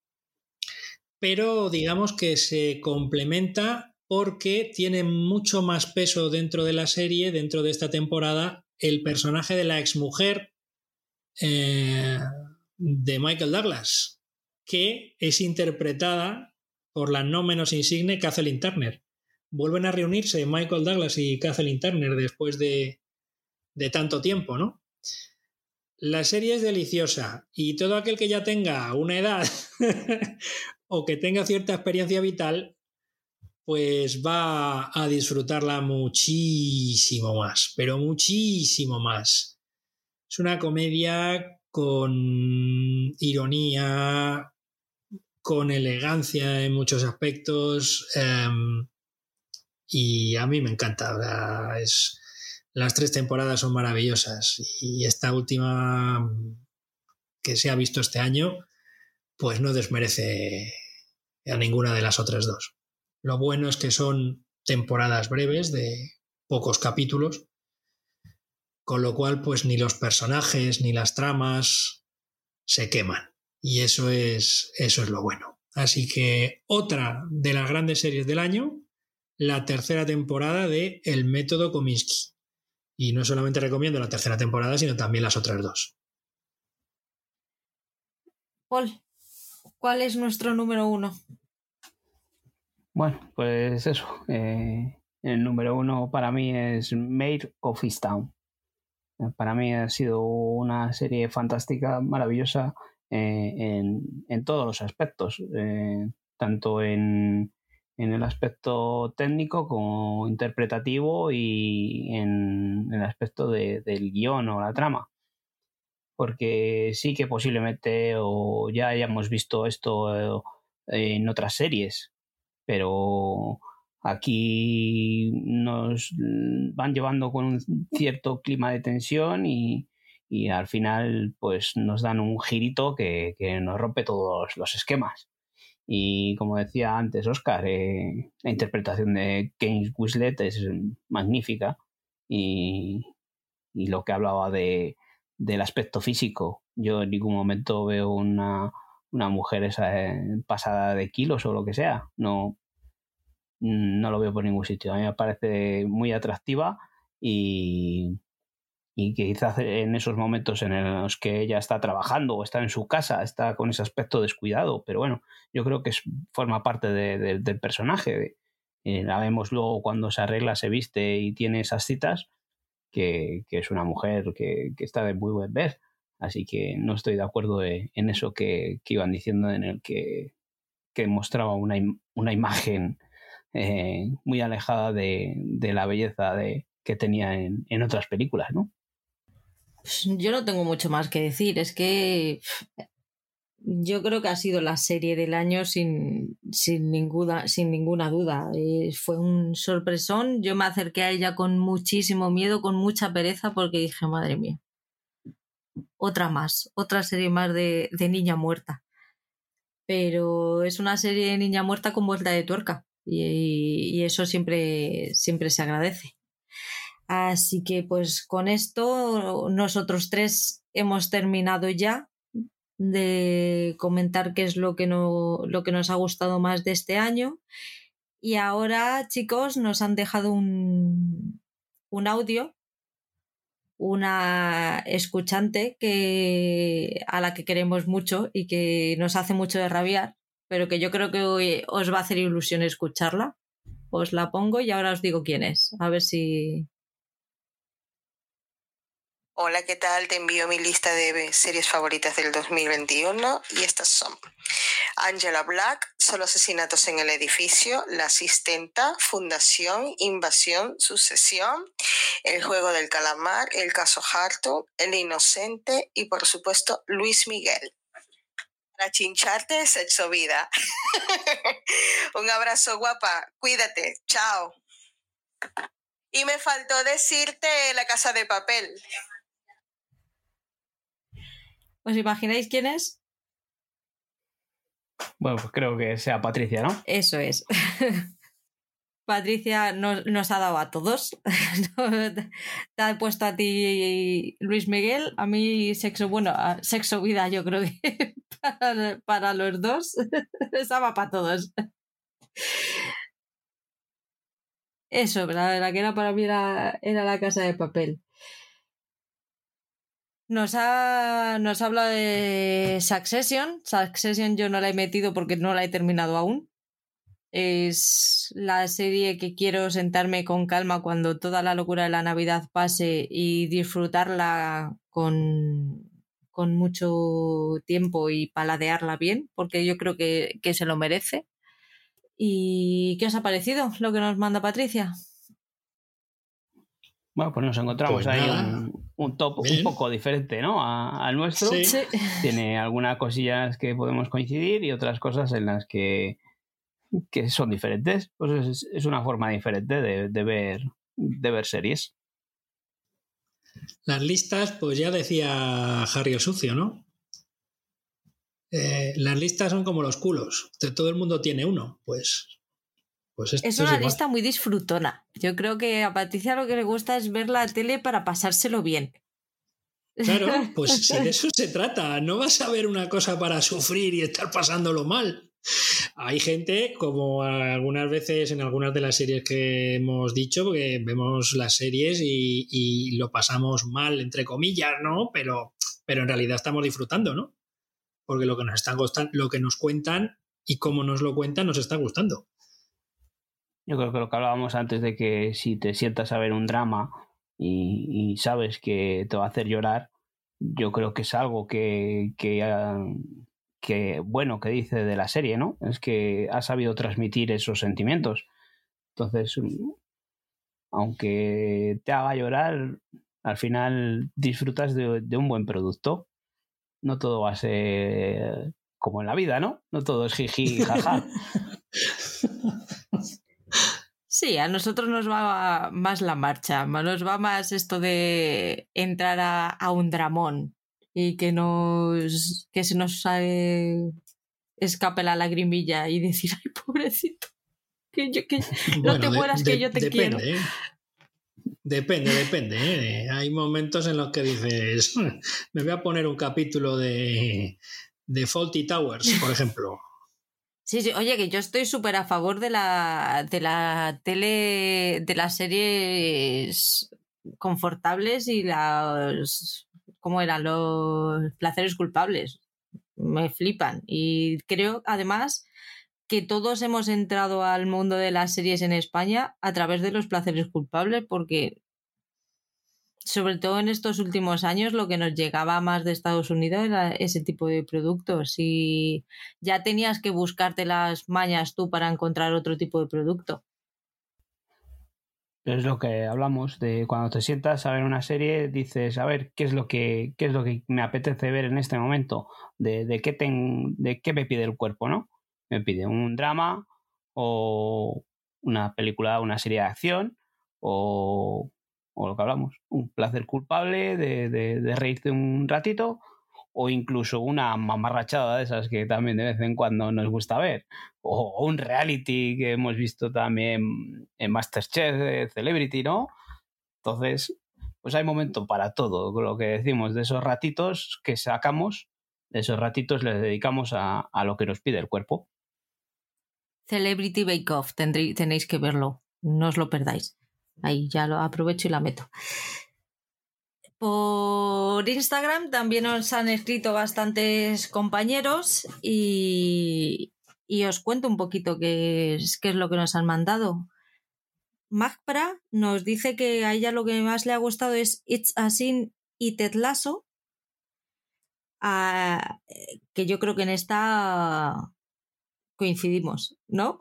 pero digamos que se complementa porque tiene mucho más peso dentro de la serie, dentro de esta temporada, el personaje de la exmujer de Michael Douglas, que es interpretada por la no menos insigne Kathleen Turner. Vuelven a reunirse Michael Douglas y Kathleen Turner después de tanto tiempo, ¿no? La serie es deliciosa y todo aquel que ya tenga una edad o que tenga cierta experiencia vital, pues va a disfrutarla muchísimo más, pero muchísimo más. Es una comedia con ironía, con elegancia en muchos aspectos, y a mí me encanta. Las 3 temporadas son maravillosas y esta última que se ha visto este año pues no desmerece a ninguna de las otras 2. Lo bueno es que son temporadas breves de pocos capítulos, con lo cual pues ni los personajes ni las tramas se queman, y eso es lo bueno. Así que otra de las grandes series del año, la tercera temporada de El método Kominsky, y no solamente recomiendo la tercera temporada sino también las otras 2. Paul, ¿cuál es nuestro número 1? Bueno, pues eso. El número 1 para mí es Mare of Easttown. Para mí ha sido una serie fantástica, maravillosa en todos los aspectos, tanto en el aspecto técnico como interpretativo y en el aspecto del guión o la trama. Porque sí que posiblemente o ya hayamos visto esto en otras series, pero aquí nos van llevando con un cierto clima de tensión y al final pues nos dan un girito que nos rompe todos los esquemas. Y como decía antes Oscar, la interpretación de Kate Winslet es magnífica y lo que hablaba del aspecto físico, yo en ningún momento veo una mujer esa pasada de kilos o lo que sea, no lo veo por ningún sitio. A mí me parece muy atractiva y quizás en esos momentos en los que ella está trabajando o está en su casa, está con ese aspecto descuidado, pero bueno, yo creo que forma parte del personaje. La vemos luego cuando se arregla, se viste y tiene esas citas, que es una mujer que está de muy buen ver. Así que no estoy de acuerdo en eso que iban diciendo, en el que mostraba una imagen muy alejada de la belleza que tenía en otras películas, ¿no? Yo no tengo mucho más que decir, es que yo creo que ha sido la serie del año sin ninguna duda. Fue un sorpresón, yo me acerqué a ella con muchísimo miedo, con mucha pereza, porque dije, madre mía, otra serie más de niña muerta. Pero es una serie de niña muerta con vuelta de tuerca y eso siempre se agradece. Así que pues con esto nosotros tres hemos terminado ya de comentar qué es lo que nos ha gustado más de este año. Y ahora, chicos, nos han dejado un audio, una escuchante a la que queremos mucho y que nos hace mucho de rabiar, pero que yo creo que hoy os va a hacer ilusión escucharla. Os la pongo y ahora os digo quién es. A ver si... Hola, ¿qué tal? Te envío mi lista de series favoritas del 2021 y estas son: Angela Black, Solo asesinatos en el edificio, La asistenta, Fundación, Invasión, Sucesión, El juego del calamar, El caso Hartung, El inocente y por supuesto Luis Miguel. Para chincharte, sexo vida. Un abrazo, guapa, cuídate, chao. Y me faltó decirte La Casa de Papel. ¿Os imagináis quién es? Bueno, pues creo que sea Patricia, ¿no? Eso es. Patricia nos ha dado a todos. Te ha puesto a ti Luis Miguel, a mí sexo vida, yo creo que para los dos. Esa va para todos. Eso, la que era para mí era La Casa de Papel. Nos ha hablado de Succession. Succession yo no la he metido porque no la he terminado aún. Es la serie que quiero sentarme con calma cuando toda la locura de la Navidad pase y disfrutarla con mucho tiempo y paladearla bien, porque yo creo que se lo merece. ¿Y qué os ha parecido lo que nos manda Patricia? Bueno, pues nos encontramos Pues ahí nada. un top Bien. un poco diferente, ¿no? Al nuestro. Sí. Sí. Tiene algunas cosillas que podemos coincidir y otras cosas en las que son diferentes. Pues es una forma diferente de ver series. Las listas, pues ya decía Harry el Sucio, ¿no? Las listas son como los culos. Todo el mundo tiene uno. Pues esto Es una igual. lista muy disfrutona. Yo creo que a Patricia lo que le gusta es ver la tele para pasárselo bien. Claro, pues si de eso se trata. No vas a ver una cosa para sufrir y estar pasándolo mal. Hay gente, como algunas veces en algunas de las series que hemos dicho, que vemos las series y lo pasamos mal, entre comillas, ¿no? Pero en realidad estamos disfrutando, ¿no? Porque lo que nos cuentan y cómo nos lo cuentan nos está gustando. Yo creo que lo que hablábamos antes de que si te sientas a ver un drama y sabes que te va a hacer llorar, yo creo que es algo que bueno que dice de la serie, ¿no? Es que ha sabido transmitir esos sentimientos. Entonces, aunque te haga llorar, al final disfrutas de un buen producto. No todo va a ser como en la vida, ¿no? No todo es jiji, jaja. Sí, a nosotros nos va más la marcha, nos va más esto de entrar a un dramón y que se nos sale escape la lagrimilla y decir, ay, pobrecito, que no Bueno, te mueras, que yo te depende, quiero. Depende. Hay momentos en los que dices, me voy a poner un capítulo de Fawlty Towers, por ejemplo. Sí, oye, que yo estoy súper a favor de la tele, de las series confortables y ¿cómo eran? Los placeres culpables. Me flipan. Y creo, además, que todos hemos entrado al mundo de las series en España a través de los placeres culpables, porque sobre todo en estos últimos años lo que nos llegaba más de Estados Unidos era ese tipo de productos y ya tenías que buscarte las mañas tú para encontrar otro tipo de producto. Es lo que hablamos de cuando te sientas a ver una serie, dices, a ver, ¿qué es lo que me apetece ver en este momento? ¿De qué me pide el cuerpo, no? Me pide un drama o una película, una serie de acción o lo que hablamos, un placer culpable de reírte un ratito o incluso una mamarrachada de esas que también de vez en cuando nos gusta ver, o un reality que hemos visto también en Masterchef de Celebrity, ¿no? Entonces, pues hay momento para todo, lo que decimos, de esos ratitos que sacamos, de esos ratitos les dedicamos a lo que nos pide el cuerpo. Celebrity Bake Off, tenéis que verlo, no os lo perdáis. Ahí ya lo aprovecho y la meto. Por Instagram también os han escrito bastantes compañeros y os cuento un poquito qué es lo que nos han mandado. Magpra nos dice que a ella lo que más le ha gustado es It's a Sin y Ted Lasso, que yo creo que en esta coincidimos, ¿no?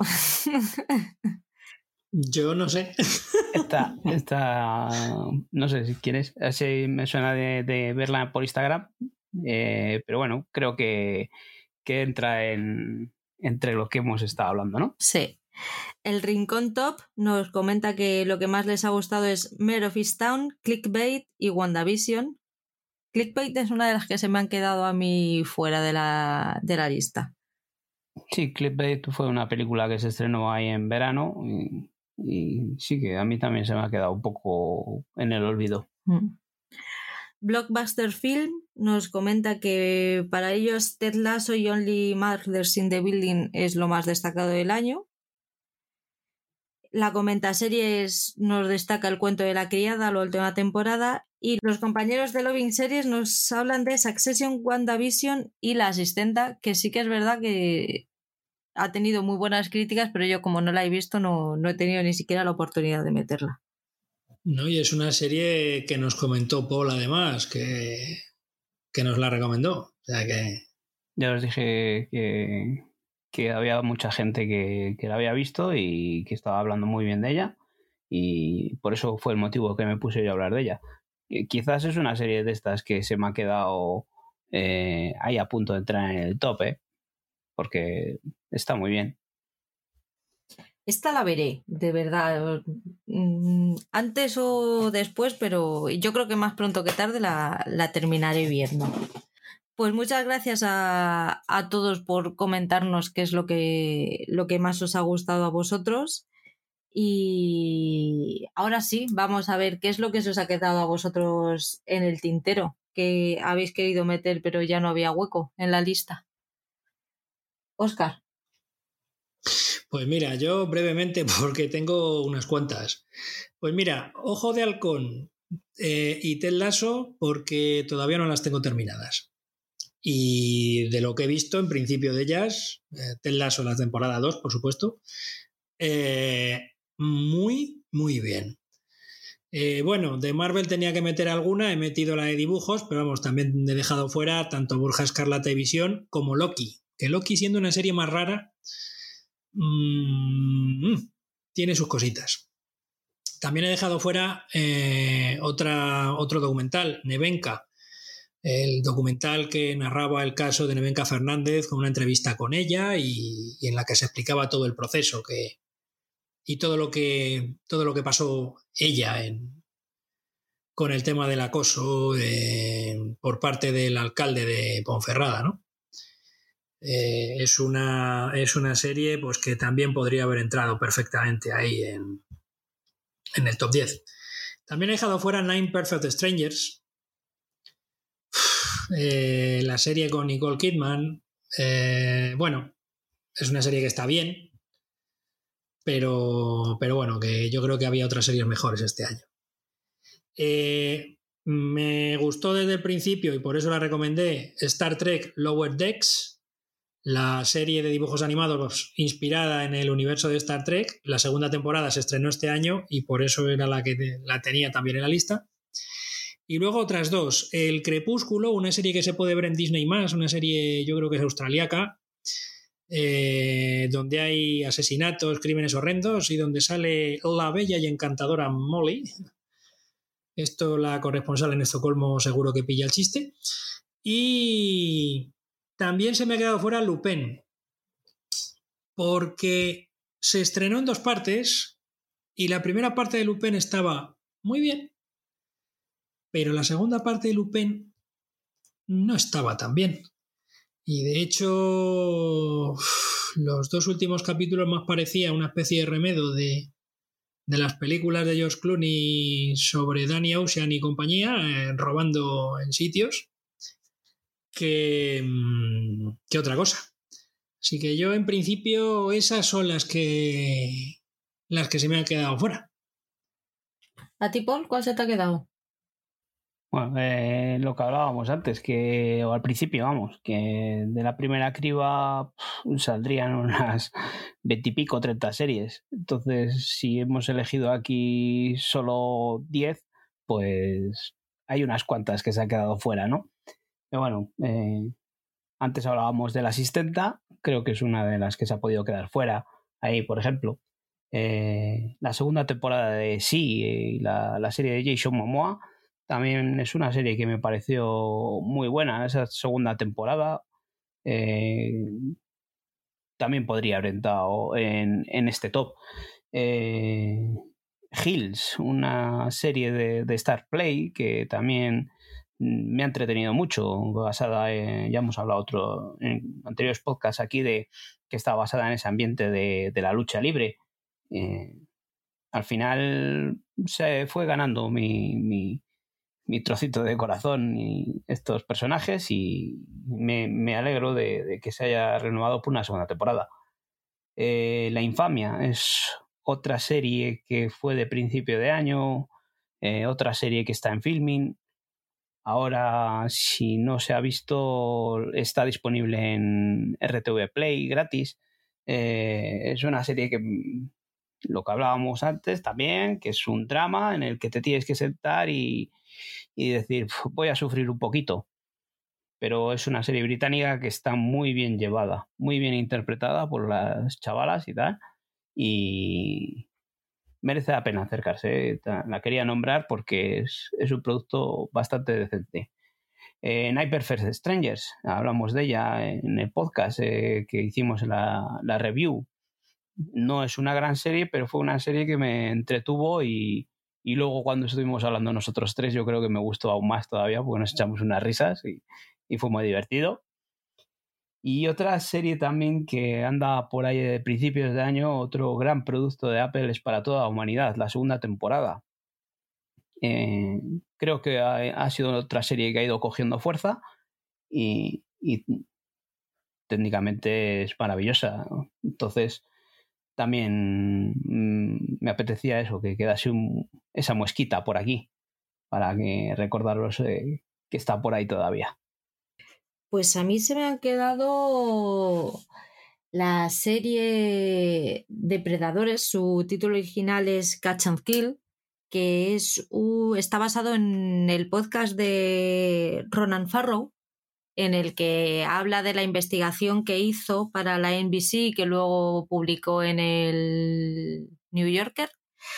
Yo no sé. Esta, no sé si quieres, así me suena de verla por Instagram, pero bueno, creo que entra entre lo que hemos estado hablando, ¿no? Sí. El Rincón Top nos comenta que lo que más les ha gustado es Mare of Easttown, Clickbait y WandaVision. Clickbait es una de las que se me han quedado a mí fuera de la lista. Sí, Clickbait fue una película que se estrenó ahí en verano y sí que a mí también se me ha quedado un poco en el olvido. Blockbuster Film nos comenta que para ellos Ted Lasso y Only Murders in the Building es lo más destacado del año. La Comentaseries nos destaca El cuento de la criada, la última temporada, y los compañeros de Loving Series nos hablan de Succession, WandaVision y La Asistenta, que sí que es verdad que ha tenido muy buenas críticas, pero yo como no la he visto no he tenido ni siquiera la oportunidad de meterla. No, y es una serie que nos comentó Paul además, que nos la recomendó. O sea que... Ya os dije que había mucha gente que la había visto y que estaba hablando muy bien de ella y por eso fue el motivo que me puse yo a hablar de ella. Quizás es una serie de estas que se me ha quedado ahí a punto de entrar en el top, porque está muy bien. Esta la veré, de verdad, antes o después, pero yo creo que más pronto que tarde la terminaré viendo. Pues muchas gracias a todos por comentarnos qué es lo que más os ha gustado a vosotros. Y ahora sí, vamos a ver qué es lo que se os ha quedado a vosotros en el tintero, que habéis querido meter pero ya no había hueco en la lista. Óscar. Pues mira, yo brevemente, porque tengo unas cuantas. Pues mira, Ojo de Halcón y Ted Lasso, porque todavía no las tengo terminadas. Y de lo que he visto, en principio de ellas, Ted Lasso, la temporada 2, por supuesto, muy, muy bien. Bueno, de Marvel tenía que meter alguna, he metido la de dibujos, pero vamos, también he dejado fuera tanto Borja Escarlata y Visión como Loki, que Loki, siendo una serie más rara, tiene sus cositas. También he dejado fuera otro documental, Nevenka, el documental que narraba el caso de Nevenka Fernández con una entrevista con ella y en la que se explicaba todo el proceso y todo lo que pasó ella con el tema del acoso por parte del alcalde de Ponferrada, ¿no? es una serie pues, que también podría haber entrado perfectamente ahí en el top 10. También he dejado fuera Nine Perfect Strangers, la serie con Nicole Kidman. Bueno, es una serie que está bien, pero bueno, que yo creo que había otras series mejores este año. Me gustó desde el principio y por eso la recomendé Star Trek Lower Decks, la serie de dibujos animados inspirada en el universo de Star Trek. La segunda temporada se estrenó este año y por eso era la que la tenía también en la lista. Y luego otras dos. El Crepúsculo, una serie que se puede ver en Disney+, una serie yo creo que es australiaca, donde hay asesinatos, crímenes horrendos y donde sale la bella y encantadora Molly. Esto la corresponsal en Estocolmo seguro que pilla el chiste. Y también se me ha quedado fuera Lupin, porque se estrenó en 2 partes y la primera parte de Lupin estaba muy bien, pero la segunda parte de Lupin no estaba tan bien. Y de hecho, los 2 últimos capítulos más parecía una especie de remedo de las películas de George Clooney sobre Danny Ocean y compañía, robando en sitios, que otra cosa. Así que yo, en principio, esas son las que se me han quedado fuera. ¿A ti, Paul, cuál se te ha quedado? Bueno, lo que hablábamos antes, o al principio, vamos, que de la primera criba saldrían unas 20 y pico, 30 series. Entonces, si hemos elegido aquí solo 10, pues hay unas cuantas que se han quedado fuera, ¿no? Pero bueno, antes hablábamos de La Asistenta, creo que es una de las que se ha podido quedar fuera. Ahí, por ejemplo, la segunda temporada de Sí, la serie de Jason Momoa, también es una serie que me pareció muy buena. Esa segunda temporada también podría haber entrado en este top. Hills, una serie de Star Play que también me ha entretenido mucho, basada ya hemos hablado en anteriores podcasts aquí de que está basada en ese ambiente de la lucha libre. Al final se fue ganando mi trocito de corazón y estos personajes, y me alegro de que se haya renovado por una segunda temporada. La Infamia es otra serie que fue de principio de año, otra serie que está en filming. Ahora, si no se ha visto, está disponible en RTV Play gratis. Es una serie que, lo que hablábamos antes también, que es un drama en el que te tienes que sentar y decir, voy a sufrir un poquito. Pero es una serie británica que está muy bien llevada, muy bien interpretada por las chavalas y tal, y merece la pena acercarse. La quería nombrar porque es un producto bastante decente. Nine Perfect Strangers, hablamos de ella en el podcast que hicimos en la review. No es una gran serie, pero fue una serie que me entretuvo, y luego cuando estuvimos hablando nosotros tres, yo creo que me gustó aún más todavía porque nos echamos unas risas y fue muy divertido. Y otra serie también que anda por ahí de principios de año, otro gran producto de Apple, es Para toda la humanidad, la segunda temporada. Creo que ha sido otra serie que ha ido cogiendo fuerza y técnicamente es maravillosa, ¿no? Entonces también me apetecía eso, que quedase esa muesquita por aquí para que recordaros que está por ahí todavía. Pues a mí se me han quedado la serie Depredadores. Su título original es Catch and Kill, que está basado en el podcast de Ronan Farrow, en el que habla de la investigación que hizo para la NBC, que luego publicó en el New Yorker,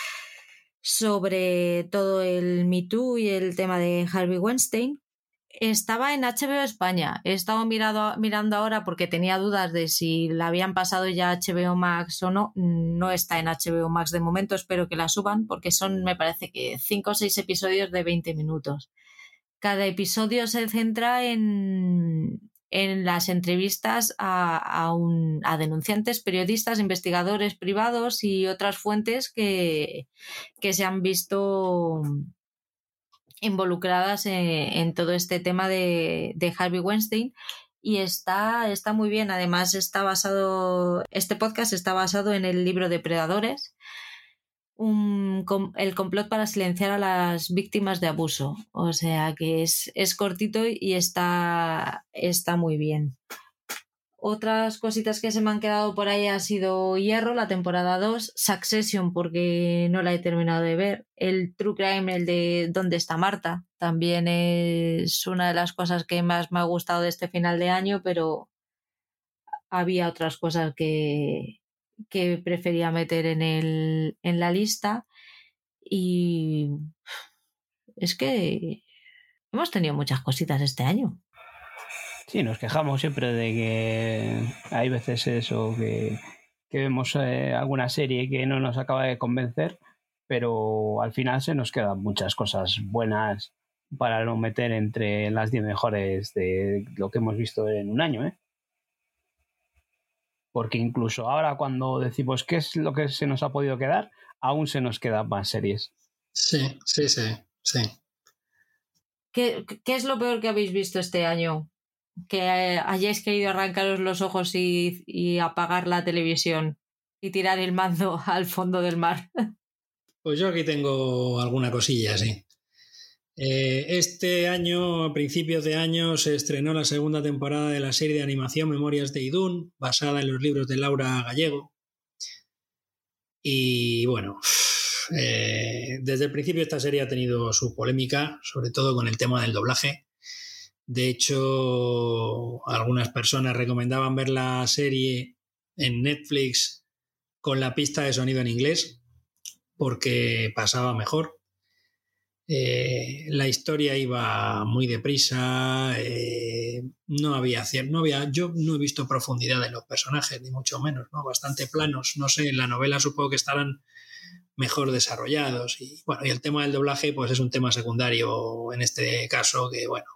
sobre todo el Me Too y el tema de Harvey Weinstein. Estaba en HBO España. He estado mirando ahora porque tenía dudas de si la habían pasado ya a HBO Max o no. No está en HBO Max de momento, espero que la suban, porque son, me parece que 5 o 6 episodios de 20 minutos. Cada episodio se centra en en las entrevistas a denunciantes, periodistas, investigadores privados y otras fuentes que se han visto involucradas en todo este tema de Harvey Weinstein, y está muy bien. Además este podcast está basado en el libro Depredadores, el complot para silenciar a las víctimas de abuso. O sea que es cortito y está muy bien. Otras cositas que se me han quedado por ahí ha sido Hierro, la temporada 2, Succession, porque no la he terminado de ver, el True Crime, el de ¿Dónde está Marta? También es una de las cosas que más me ha gustado de este final de año, pero había otras cosas que prefería meter en la lista, y es que hemos tenido muchas cositas este año. Sí, nos quejamos siempre de que hay veces eso, que vemos alguna serie que no nos acaba de convencer, pero al final se nos quedan muchas cosas buenas para no meter entre las 10 mejores de lo que hemos visto en un año, ¿eh? Porque incluso ahora cuando decimos qué es lo que se nos ha podido quedar, aún se nos quedan más series. Sí. ¿Qué es lo peor que habéis visto este año? Que hayáis querido arrancaros los ojos y apagar la televisión y tirar el mando al fondo del mar. Pues yo aquí tengo alguna cosilla, sí. Este año, a principios de año, se estrenó la segunda temporada de la serie de animación Memorias de Idún, basada en los libros de Laura Gallego. Y bueno, desde el principio esta serie ha tenido su polémica, sobre todo con el tema del doblaje. De hecho, algunas personas recomendaban ver la serie en Netflix con la pista de sonido en inglés porque pasaba mejor. La historia iba muy deprisa, yo no he visto profundidad en los personajes, ni mucho menos, ¿no? Bastante planos, no sé, en la novela supongo que estarán mejor desarrollados, y bueno, y el tema del doblaje pues es un tema secundario en este caso, que bueno,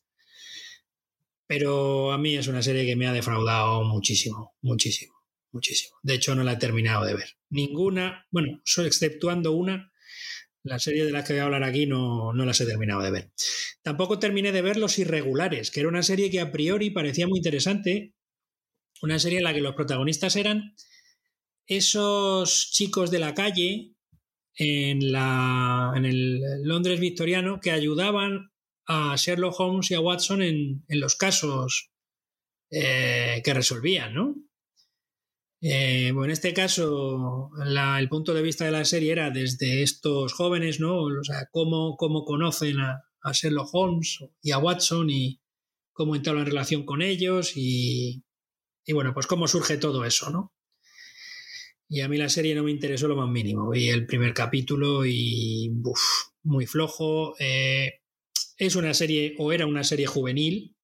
pero a mí es una serie que me ha defraudado muchísimo. De hecho, no la he terminado de ver. Ninguna, bueno, exceptuando una, la serie de la que voy a hablar aquí no las he terminado de ver. Tampoco terminé de ver Los Irregulares, que era una serie que a priori parecía muy interesante. Una serie en la que los protagonistas eran esos chicos de la calle en el Londres victoriano que ayudaban a Sherlock Holmes y a Watson en los casos que resolvían, ¿no? Bueno, en este caso, el punto de vista de la serie era desde estos jóvenes, ¿no? O sea, cómo conocen a Sherlock Holmes y a Watson y cómo entablan relación con ellos y bueno, pues cómo surge todo eso, ¿no? Y a mí la serie no me interesó lo más mínimo. Vi el primer capítulo y muy flojo. Es una serie, o era una serie juvenil,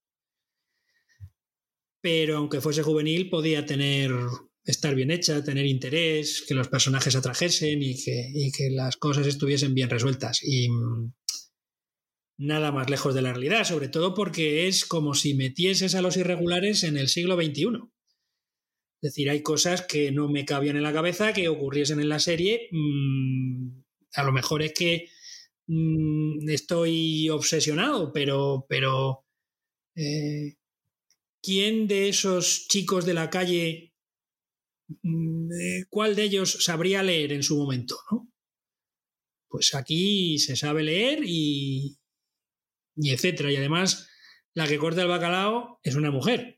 pero aunque fuese juvenil podía estar bien hecha, tener interés, que los personajes atrajesen y que las cosas estuviesen bien resueltas. Y nada más lejos de la realidad, sobre todo porque es como si metieses a Los Irregulares en el siglo XXI. Es decir, hay cosas que no me cabían en la cabeza que ocurriesen en la serie. A lo mejor es que estoy obsesionado, pero ¿quién de esos chicos de la calle, cuál de ellos sabría leer en su momento, ¿no? Pues aquí se sabe leer y etcétera. Y además, la que corta el bacalao es una mujer.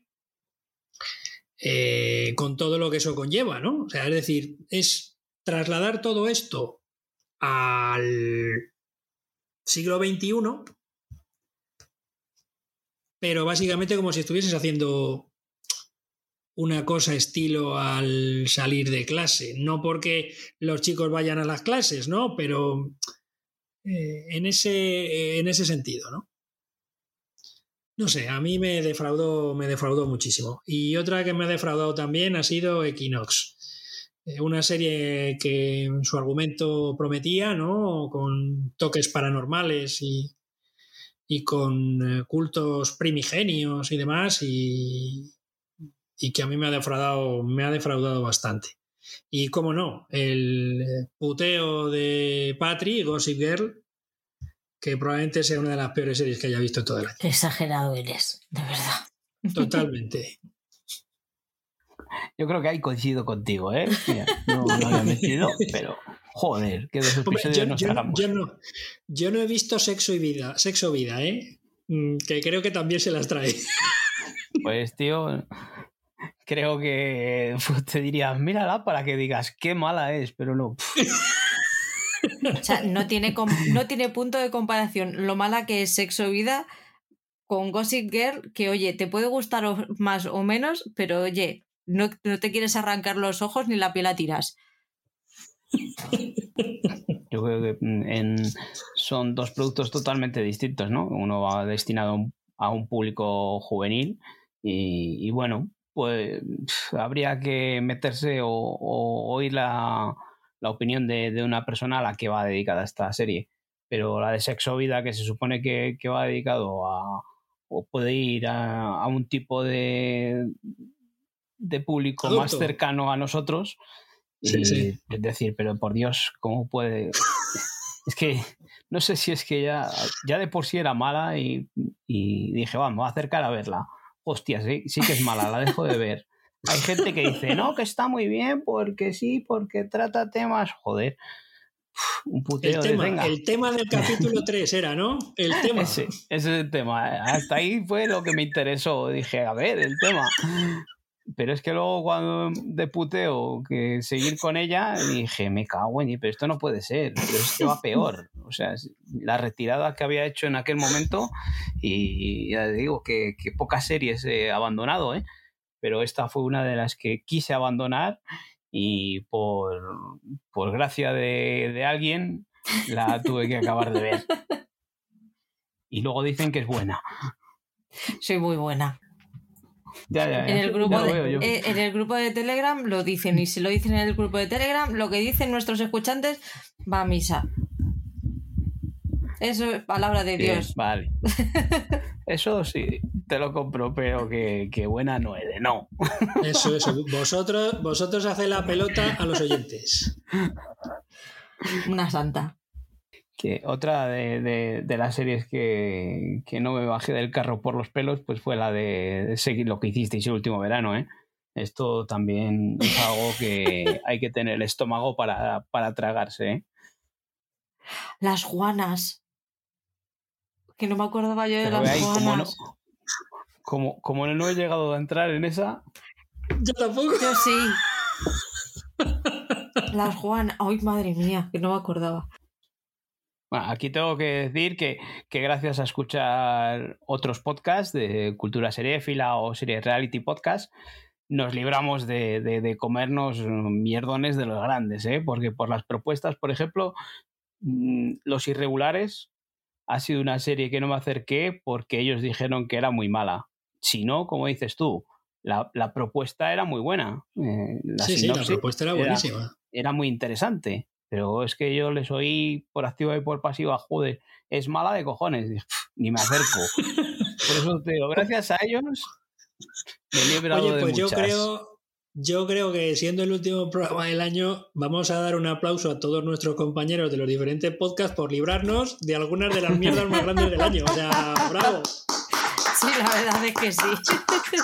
Con todo lo que eso conlleva, ¿no? O sea, es decir, es trasladar todo esto al siglo XXI, pero básicamente como si estuvieses haciendo una cosa estilo al salir de clase, no porque los chicos vayan a las clases, ¿no? Pero en ese sentido, ¿no? No sé, a mí me defraudó muchísimo. Y otra que me ha defraudado también ha sido Equinox. Una serie que su argumento prometía, ¿no? Con toques paranormales y y con cultos primigenios y demás, y que a mí me ha defraudado bastante. Y cómo no, el puteo de Patri, Gossip Girl, que probablemente sea una de las peores series que haya visto en todo el año. Qué exagerado eres, de verdad. Totalmente. Yo creo que ahí coincido contigo, ¿eh? Mira, no había metido, pero joder, que dos episodios nos tragamos. Yo no he visto Sexo Vida, ¿eh? Que creo que también se las trae. Pues, tío, creo que te diría, mírala para que digas qué mala es, pero no. O sea, no tiene punto de comparación lo mala que es Sexo Vida con Gossip Girl, que oye, te puede gustar más o menos, pero oye, no te quieres arrancar los ojos ni la piel a tiras. Yo creo que son dos productos totalmente distintos, ¿no? Uno va destinado a un público juvenil y bueno, pues habría que meterse o oír la opinión de una persona a la que va dedicada esta serie. Pero la de Sexo Vida, que se supone que va dedicado o puede ir a un tipo de público adulto, más cercano a nosotros. Sí. Es decir, pero por Dios, ¿cómo puede? Es que no sé si es que ya de por sí era mala y dije, vamos, me voy a acercar a verla. Hostia, sí que es mala, la dejo de ver. Hay gente que dice, no, que está muy bien porque sí, porque trata temas, joder. Un puteo el tema del capítulo 3 era, ¿no? El tema. Ese es el tema. Hasta ahí fue lo que me interesó. Dije, a ver, el tema. Pero es que luego cuando de puteo que seguir con ella, dije, me cago en, pero esto no puede ser, pero es que va peor. O sea, la retirada que había hecho en aquel momento, y ya digo que pocas series he abandonado, pero esta fue una de las que quise abandonar y por gracia de alguien la tuve que acabar de ver. Y luego dicen que es buena. Soy muy buena. Ya. En el grupo de Telegram lo dicen, y si lo dicen en el grupo de Telegram, lo que dicen nuestros escuchantes va a misa. Eso es palabra de Dios. Vale. Eso sí, te lo compro, pero que buena no es, no. Eso. Vosotros hacéis la pelota a los oyentes. Una santa. Que otra de las series que no me bajé del carro por los pelos, pues fue la de seguir lo que hicisteis el último verano, Esto también es algo que hay que tener el estómago para tragarse, Las Juanas. Que no me acordaba yo de pero las Juanas. Como no he llegado a entrar en esa... Yo tampoco. Yo sí. Las Juanas. Ay, madre mía, que no me acordaba. Bueno, aquí tengo que decir que gracias a escuchar otros podcasts de cultura seriéfila o serie reality podcast, nos libramos de comernos mierdones de los grandes, porque por las propuestas, por ejemplo, Los Irregulares ha sido una serie que no me acerqué porque ellos dijeron que era muy mala. Si no, como dices tú, la propuesta era muy buena. Sí, la propuesta era buenísima. Era muy interesante. Pero es que yo les oí por activa y por pasiva, joder, es mala de cojones. Ni me acerco. Por eso te digo, gracias a ellos me he librado de muchas. Yo creo que siendo el último programa del año, vamos a dar un aplauso a todos nuestros compañeros de los diferentes podcasts por librarnos de algunas de las mierdas más grandes del año. O sea, bravo. Sí, la verdad es que sí.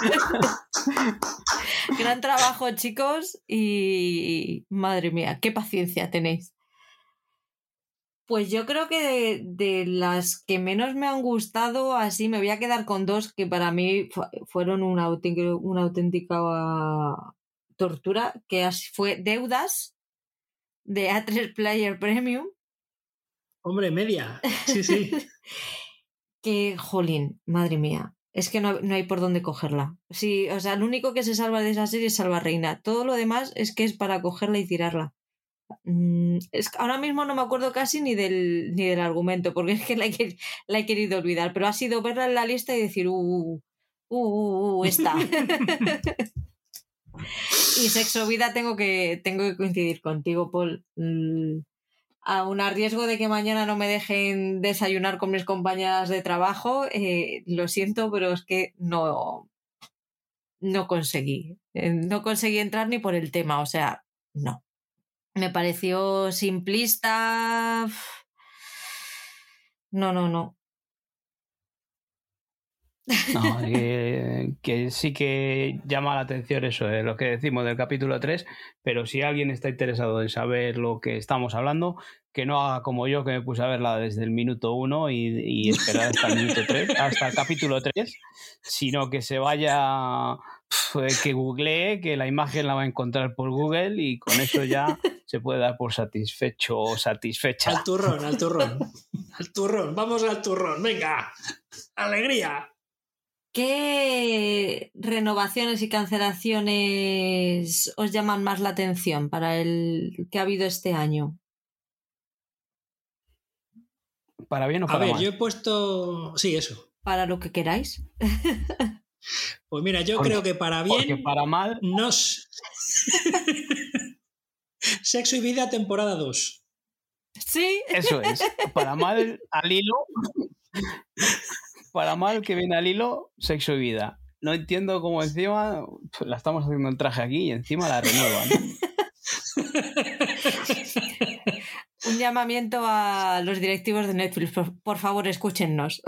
Gran trabajo, chicos, y madre mía, qué paciencia tenéis. Pues yo creo que de las que menos me han gustado, así me voy a quedar con dos que para mí fueron una auténtica tortura, que fue Deudas, de A3 Player Premium. Hombre, media. Sí. Que, jolín, madre mía. Es que no hay por dónde cogerla. Sí, o sea, lo único que se salva de esa serie es Salvareina. Todo lo demás es que es para cogerla y tirarla. Ahora mismo no me acuerdo casi ni del argumento, porque es que la he querido olvidar, pero ha sido verla en la lista y decir, esta. Y Sexo Vida tengo que coincidir contigo, Paul. aun a riesgo de que mañana no me dejen desayunar con mis compañeras de trabajo, lo siento, pero es que no conseguí. No conseguí entrar ni por el tema, o sea, no. Me pareció simplista. No. No, que sí que llama la atención eso, lo que decimos del capítulo 3, pero si alguien está interesado en saber lo que estamos hablando, que no haga como yo, que me puse a verla desde el minuto 1 y esperar hasta el minuto 3, hasta el capítulo 3, sino que se vaya, que googlee, que la imagen la va a encontrar por Google y con eso ya se puede dar por satisfecho o satisfecha. Al turrón. Al turrón, vamos al turrón, venga, alegría. ¿Qué renovaciones y cancelaciones os llaman más la atención para el que ha habido este año? ¿Para bien o para mal? A ver, yo he puesto... Sí, eso. Para lo que queráis. Pues mira, yo creo que para bien... Porque para mal... Sexo y Vida, temporada 2. Sí. Eso es. Para mal, al hilo... Para mal que viene al hilo, Sexo y Vida. No entiendo cómo encima la estamos haciendo en traje aquí y encima la renuevan. Un llamamiento a los directivos de Netflix. Por favor, escúchennos.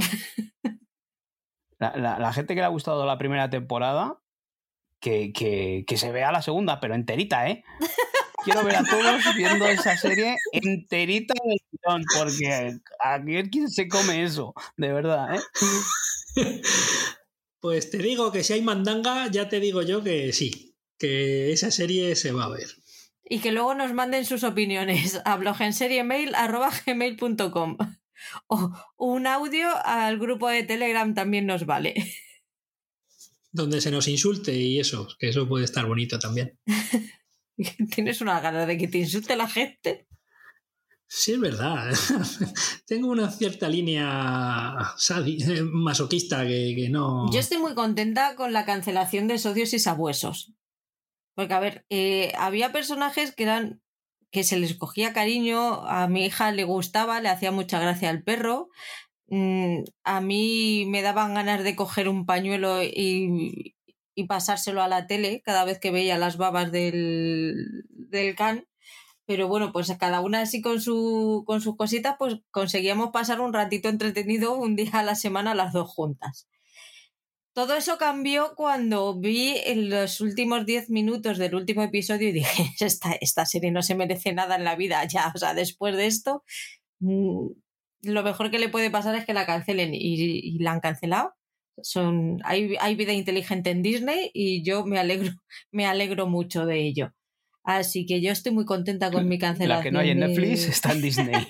La gente que le ha gustado la primera temporada, que se vea la segunda, pero enterita, ¿eh? Quiero ver a todos viendo esa serie enterita del tirón, porque a ver quién se come eso, de verdad, ¿eh? Pues te digo que si hay mandanga, ya te digo yo que sí, que esa serie se va a ver. Y que luego nos manden sus opiniones a blogenseriemail@gmail.com o un audio al grupo de Telegram también nos vale. Donde se nos insulte y eso, que eso puede estar bonito también. ¿Tienes una gana de que te insulte la gente? Sí, es verdad. Tengo una cierta línea masoquista que no... Yo estoy muy contenta con la cancelación de Socios y Sabuesos. Porque, a ver, había personajes que se les cogía cariño, a mi hija le gustaba, le hacía mucha gracia al perro, a mí me daban ganas de coger un pañuelo y pasárselo a la tele cada vez que veía las babas del can, pero bueno, pues cada una así con sus cositas, pues conseguíamos pasar un ratito entretenido un día a la semana las dos juntas. Todo eso cambió cuando vi en los últimos 10 minutos del último episodio y dije, esta serie no se merece nada en la vida ya, o sea, después de esto, lo mejor que le puede pasar es que la cancelen y la han cancelado. Hay vida inteligente en Disney y yo me alegro mucho de ello. Así que yo estoy muy contenta con mi cancelación. La que no hay en Netflix está en Disney.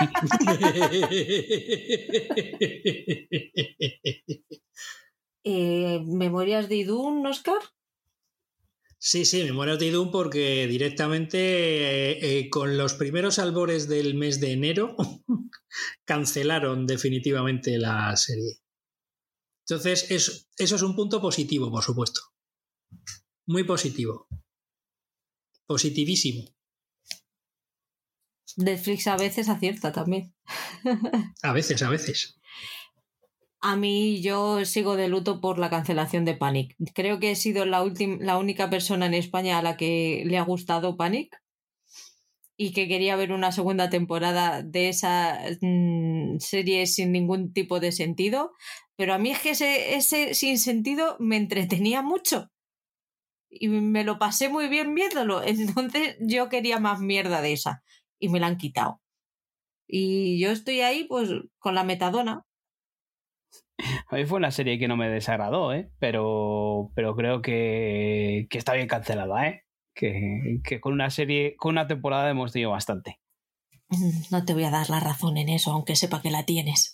¿Memorias de Idún, Oscar? Sí, Memorias de Idún, porque directamente con los primeros albores del mes de enero cancelaron definitivamente la serie. Entonces, eso es un punto positivo, por supuesto. Muy positivo. Positivísimo. Netflix a veces acierta también. A veces. A mí yo sigo de luto por la cancelación de Panic. Creo que he sido la única persona en España a la que le ha gustado Panic y que quería ver una segunda temporada de esa serie sin ningún tipo de sentido. Pero a mí es que ese sin sentido me entretenía mucho y me lo pasé muy bien viéndolo. Entonces yo quería más mierda de esa y me la han quitado. Y yo estoy ahí pues con la metadona. A mí fue una serie que no me desagradó, pero creo que está bien cancelada, que con una serie, con una temporada hemos tenido bastante. No te voy a dar la razón en eso, aunque sepa que la tienes.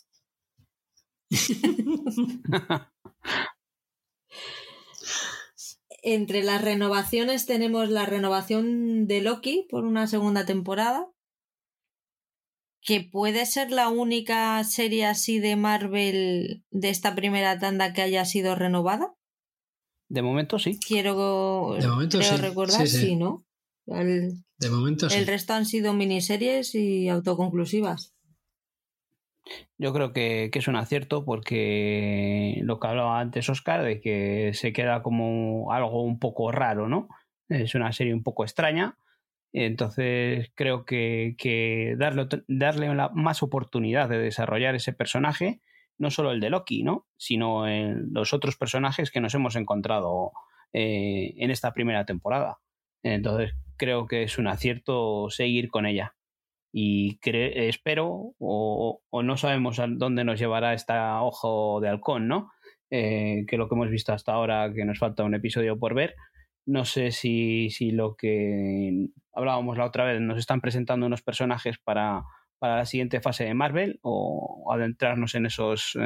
Entre las renovaciones tenemos la renovación de Loki por una segunda temporada, que puede ser la única serie así de Marvel de esta primera tanda que haya sido renovada. De momento sí. Creo sí. recordar, sí, ¿no? De momento sí. El resto han sido miniseries y autoconclusivas. Yo creo que es un acierto porque lo que hablaba antes Óscar, de que se queda como algo un poco raro, ¿no? Es una serie un poco extraña. Entonces creo que darle más oportunidad de desarrollar ese personaje, no solo el de Loki, ¿no? Sino en los otros personajes que nos hemos encontrado en esta primera temporada. Entonces creo que es un acierto seguir con ella. Y espero, o no sabemos a dónde nos llevará esta Ojo de Halcón, ¿no? Que lo que hemos visto hasta ahora, que nos falta un episodio por ver. No sé si lo que hablábamos la otra vez, nos están presentando unos personajes para la siguiente fase de Marvel, o adentrarnos en esos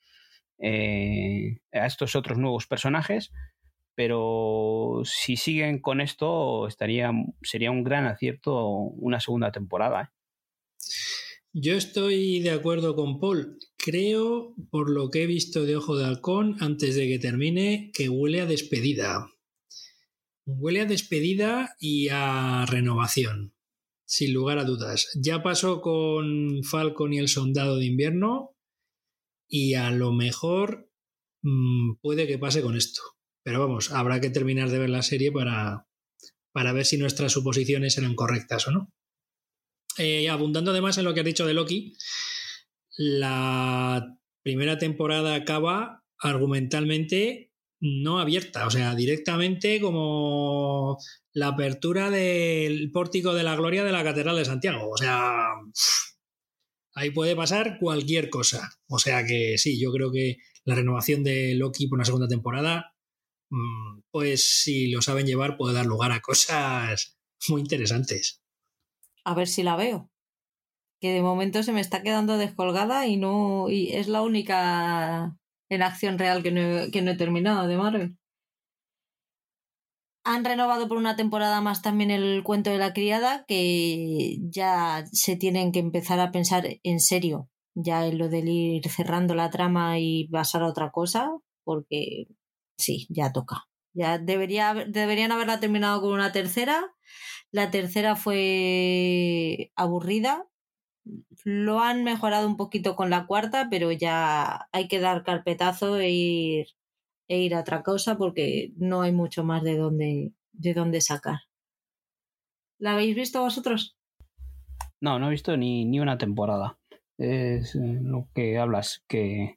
a estos otros nuevos personajes. Pero si siguen con esto, sería un gran acierto una segunda temporada, ¿eh? Yo estoy de acuerdo con Paul. Creo, por lo que he visto de Ojo de Halcón, antes de que termine, que huele a despedida. Huele a despedida y a renovación, sin lugar a dudas. Ya pasó con Falcon y el Soldado de Invierno y a lo mejor puede que pase con esto. Pero vamos, habrá que terminar de ver la serie para ver si nuestras suposiciones eran correctas o no. Abundando además en lo que has dicho de Loki, la primera temporada acaba argumentalmente no abierta, o sea, directamente como la apertura del pórtico de la gloria de la Catedral de Santiago. O sea, ahí puede pasar cualquier cosa. O sea que sí, yo creo que la renovación de Loki por una segunda temporada, pues si lo saben llevar, puede dar lugar a cosas muy interesantes. A ver si la veo. Que de momento se me está quedando descolgada y es la única en acción real que no he terminado de Marvel. Han renovado por una temporada más también el Cuento de la Criada, que ya se tienen que empezar a pensar en serio ya en lo del ir cerrando la trama y pasar a otra cosa, porque sí, ya toca. Ya deberían haberla terminado con una tercera. La tercera fue aburrida. Lo han mejorado un poquito con la cuarta, pero ya hay que dar carpetazo e ir a otra cosa porque no hay mucho más de dónde sacar. ¿La habéis visto vosotros? No he visto ni una temporada. Es lo que hablas, que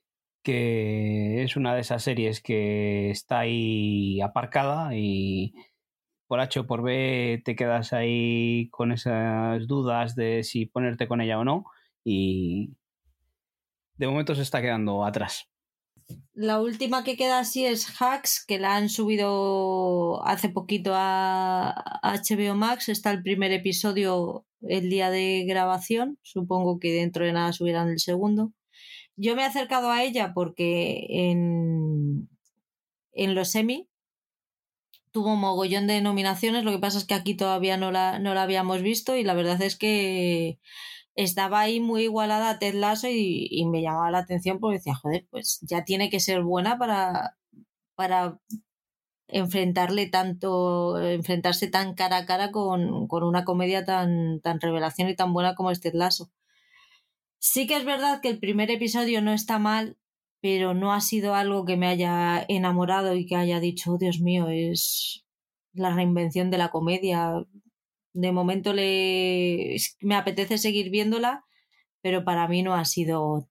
es una de esas series que está ahí aparcada y por H o por B te quedas ahí con esas dudas de si ponerte con ella o no, y de momento se está quedando atrás. La última que queda así es Hacks, que la han subido hace poquito a HBO Max. Está el primer episodio el día de grabación. Supongo que dentro de nada subirán el segundo. Yo me he acercado a ella porque en los Emmy tuvo un mogollón de nominaciones. Lo que pasa es que aquí todavía no la habíamos visto y la verdad es que estaba ahí muy igualada a Ted Lasso y me llamaba la atención porque decía, joder, pues ya tiene que ser buena para enfrentarse tan cara a cara con una comedia tan revelación y tan buena como es Ted Lasso. Sí que es verdad que el primer episodio no está mal, pero no ha sido algo que me haya enamorado y que haya dicho, oh, Dios mío, es la reinvención de la comedia. De momento me apetece seguir viéndola, pero para mí no ha sido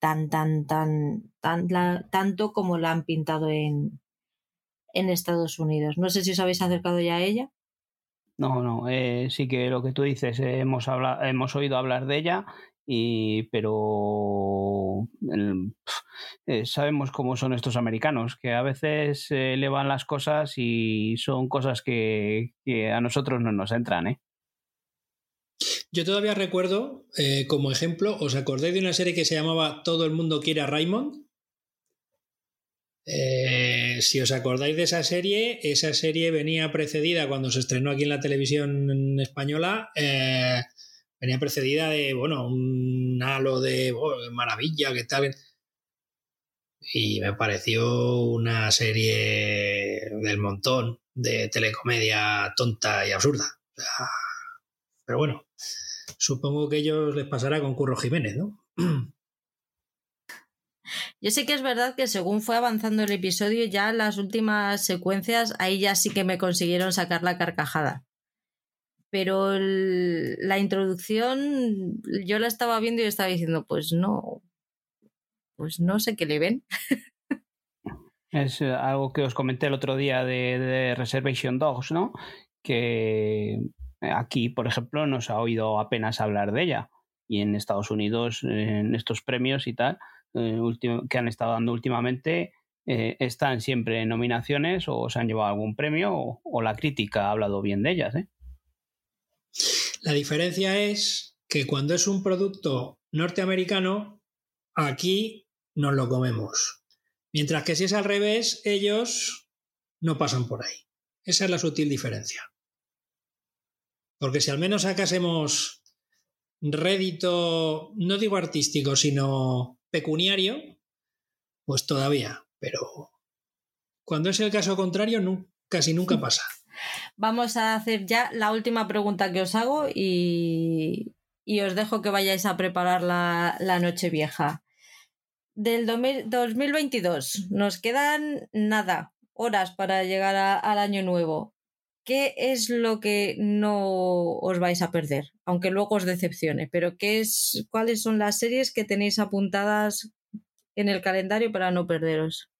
tanto como la han pintado en Estados Unidos. No sé si os habéis acercado ya a ella. No, sí que lo que tú dices, hemos oído hablar de ella, pero sabemos cómo son estos americanos, que a veces le van las cosas y son cosas que a nosotros no nos entran, ¿eh? Yo todavía recuerdo, como ejemplo, ¿os acordáis de una serie que se llamaba Todo el mundo quiere a Raymond? Si os acordáis de esa serie venía precedida, cuando se estrenó aquí en la televisión española, venía precedida de, bueno, un halo de maravilla, ¿qué tal? Y me pareció una serie del montón, de telecomedia tonta y absurda. O sea, Pero bueno, supongo que a ellos les pasará con Curro Jiménez, ¿no? Yo sé que es verdad que según fue avanzando el episodio, ya las últimas secuencias, ahí ya sí que me consiguieron sacar la carcajada. Pero la introducción, yo la estaba viendo y estaba diciendo, pues no sé qué le ven. Es algo que os comenté el otro día de Reservation Dogs, ¿no? Que aquí, por ejemplo, no se ha oído apenas hablar de ella. Y en Estados Unidos, en estos premios y tal, que han estado dando últimamente, están siempre en nominaciones o se han llevado algún premio o la crítica ha hablado bien de ellas, ¿eh? La diferencia es que cuando es un producto norteamericano, aquí nos lo comemos. Mientras que si es al revés, ellos no pasan por ahí. Esa es la sutil diferencia. Porque si al menos sacásemos rédito, no digo artístico, sino pecuniario, pues todavía. Pero cuando es el caso contrario, casi nunca pasa. Vamos a hacer ya la última pregunta que os hago y os dejo que vayáis a preparar la Nochevieja. Del 2022 nos quedan horas para llegar al año nuevo. ¿Qué es lo que no os vais a perder? Aunque luego os decepcione, pero ¿cuáles son las series que tenéis apuntadas en el calendario para no perderos?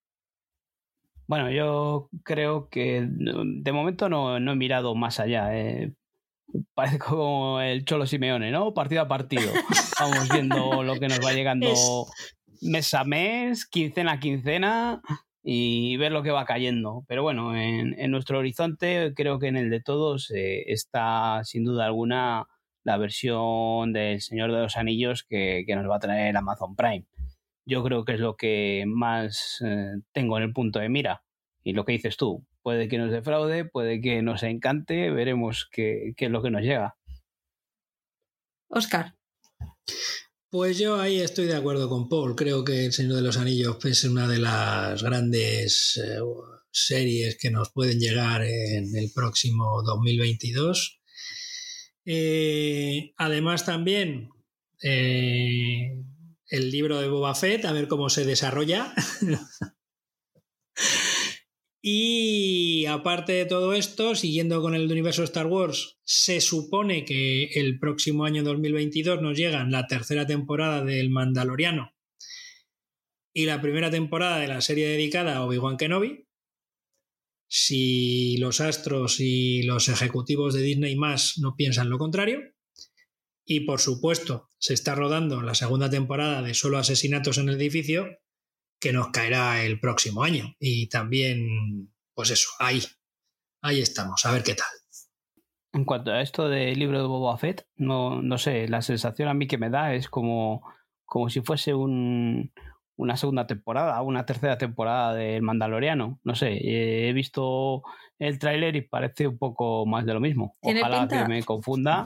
Bueno, yo creo que de momento no he mirado más allá. Parece como el Cholo Simeone, ¿no? Partido a partido. Vamos viendo lo que nos va llegando mes a mes, quincena a quincena y ver lo que va cayendo. Pero bueno, en nuestro horizonte creo que en el de todos está sin duda alguna la versión del Señor de los Anillos que nos va a traer Amazon Prime. Yo creo que es lo que más tengo en el punto de mira. Y lo que dices tú, puede que nos defraude, puede que nos encante, veremos qué es lo que nos llega. Óscar. Pues yo ahí estoy de acuerdo con Paul. Creo que El Señor de los Anillos es una de las grandes series que nos pueden llegar en el próximo 2022. Además también el libro de Boba Fett, a ver cómo se desarrolla. Y aparte de todo esto, siguiendo con el universo Star Wars, se supone que el próximo año 2022 nos llegan la tercera temporada del Mandaloriano y la primera temporada de la serie dedicada a Obi-Wan Kenobi. Si los astros y los ejecutivos de Disney+ no piensan lo contrario. Y por supuesto, se está rodando la segunda temporada de Solo asesinatos en el edificio, que nos caerá el próximo año. Y también, pues eso, ahí estamos, a ver qué tal. En cuanto a esto del libro de Boba Fett, no sé, la sensación a mí que me da es como si fuese una segunda temporada, una tercera temporada del Mandaloriano. No sé, he visto el tráiler y parece un poco más de lo mismo. Ojalá que me confunda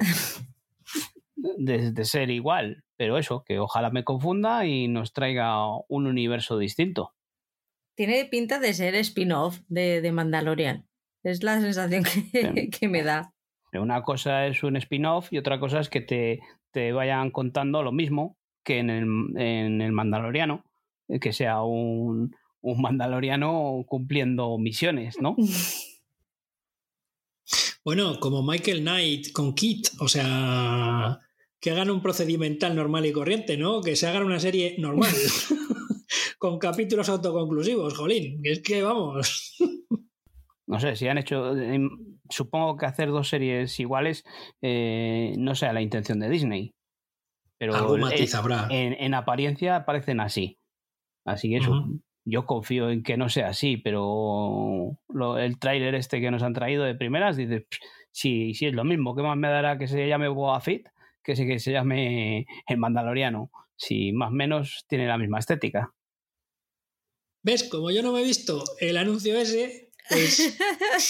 de ser igual, pero eso, que ojalá me confunda y nos traiga un universo distinto. Tiene pinta de ser spin-off de Mandalorian. Es la sensación que me da. Una cosa es un spin-off y otra cosa es que te vayan contando lo mismo que en el Mandaloriano, que sea un Mandaloriano cumpliendo misiones, ¿no? Bueno, como Michael Knight con Kit, o sea, que hagan un procedimental normal y corriente, ¿no? Que se hagan una serie normal, con capítulos autoconclusivos, jolín, es que vamos. No sé, si han hecho, supongo que hacer dos series iguales no sea la intención de Disney, pero algún matiz habrá. En apariencia parecen así. Así que eso, yo confío en que no sea así, pero el tráiler este que nos han traído de primeras dice, sí es lo mismo, ¿qué más me dará que se llame Boba Fett que se llame el Mandaloriano? Si más o menos tiene la misma estética. ¿Ves? Como yo no me he visto el anuncio ese, pues...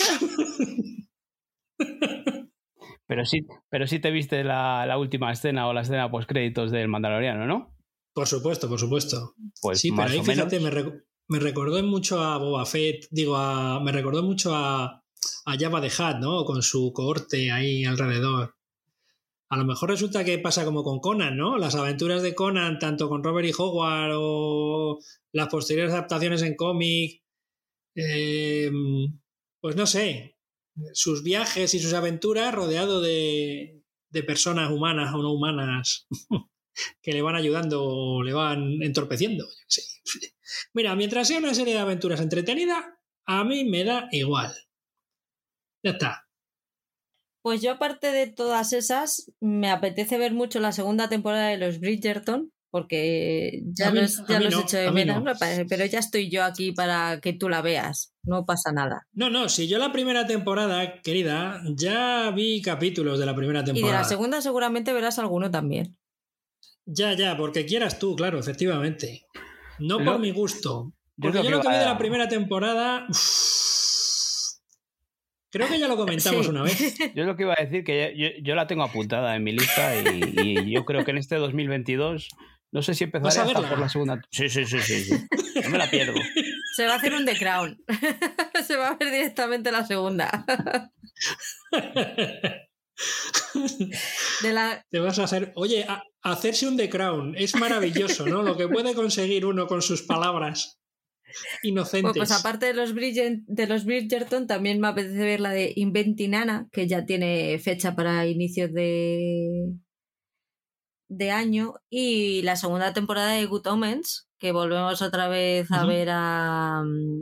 Pero sí te viste la última escena o la escena post-créditos del Mandaloriano, ¿no? Por supuesto. Pues sí, pero ahí fíjate, me recordó mucho a Boba Fett, me recordó mucho a Jabba the Hutt, ¿no? Con su cohorte ahí alrededor. A lo mejor resulta que pasa como con Conan, ¿no? Las aventuras de Conan, tanto con Robert E. Howard o las posteriores adaptaciones en cómic, pues no sé, sus viajes y sus aventuras rodeado de personas humanas o no humanas que le van ayudando o le van entorpeciendo. Sí. Mira, mientras sea una serie de aventuras entretenida, a mí me da igual. Ya está. Pues yo, aparte de todas esas, me apetece ver mucho la segunda temporada de los Bridgerton, porque ya los echo de menos, no. Pero ya estoy yo aquí para que tú la veas, no pasa nada. No, si yo la primera temporada, querida, ya vi capítulos de la primera temporada. Y de la segunda seguramente verás alguno también. Ya, porque quieras tú, claro, efectivamente. No por mi gusto. Porque yo lo que vi de la primera temporada... Creo que ya lo comentamos una vez. Yo lo que iba a decir, que yo la tengo apuntada en mi lista y yo creo que en este 2022, no sé si empezaré hasta por la segunda. Sí. No me la pierdo. Se va a hacer un The Crown. Se va a ver directamente la segunda. Te vas a hacer... Oye, hacerse un The Crown es maravilloso, ¿no? Lo que puede conseguir uno con sus palabras inocentes. Pues aparte de los Bridgerton, también me apetece ver la de Inventing Anna, que ya tiene fecha para inicios de año, y la segunda temporada de Good Omens, que volvemos otra vez a ver a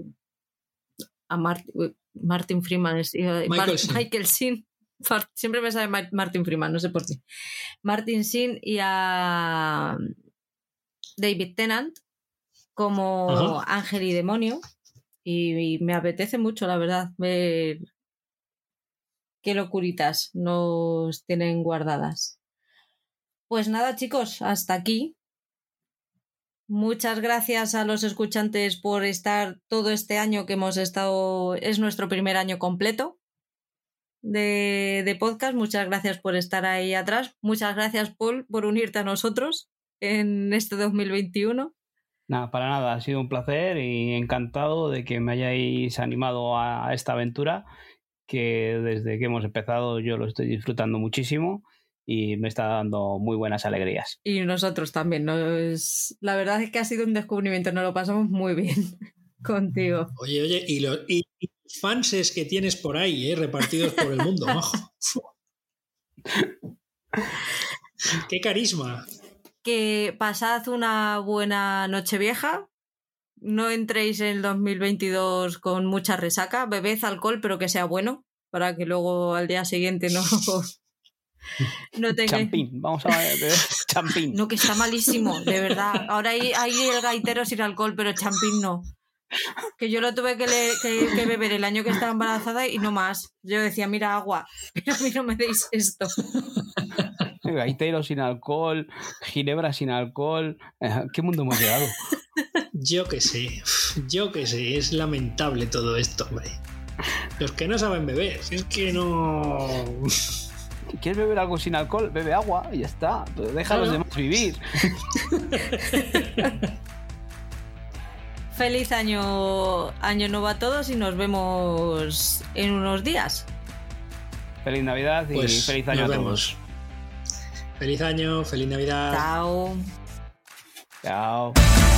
Martin Freeman, Michael Sheen. Siempre me sale Martin Freeman, no sé por qué. Martin Sheen y a David Tennant como ángel y demonio, y me apetece mucho, la verdad, ver qué locuritas nos tienen guardadas. Pues nada, chicos, hasta aquí. Muchas gracias a los escuchantes por estar todo este año que hemos estado. Es nuestro primer año completo de podcast. Muchas gracias por estar ahí atrás. Muchas gracias, Paul, por unirte a nosotros en este 2021. Nada, para nada, ha sido un placer y encantado de que me hayáis animado a esta aventura, que desde que hemos empezado yo lo estoy disfrutando muchísimo y me está dando muy buenas alegrías. Y nosotros también, la verdad es que ha sido un descubrimiento, nos lo pasamos muy bien contigo. Oye, y los fanses que tienes por ahí, repartidos por el mundo, majo. ¡Qué carisma! Que pasad una buena Nochevieja, no entréis en el 2022 con mucha resaca, bebed alcohol pero que sea bueno, para que luego al día siguiente no tengáis... Champín, vamos a beber champín. No, que está malísimo, de verdad. Ahora hay el gaitero sin alcohol, pero champín no. Que yo lo tuve que beber el año que estaba embarazada y no más. Yo decía, mira, agua, pero a mí no me deis esto. Gaitero sin alcohol, ginebra sin alcohol. ¿Qué mundo hemos llegado? Yo qué sé, es lamentable todo esto, hombre. Los que no saben beber, es que no... ¿Quieres beber algo sin alcohol? Bebe agua y ya está. Pero deja a los demás vivir. Feliz año nuevo a todos y nos vemos en unos días. Feliz Navidad y pues feliz año a todos. Feliz año, feliz Navidad. Chao. Chao.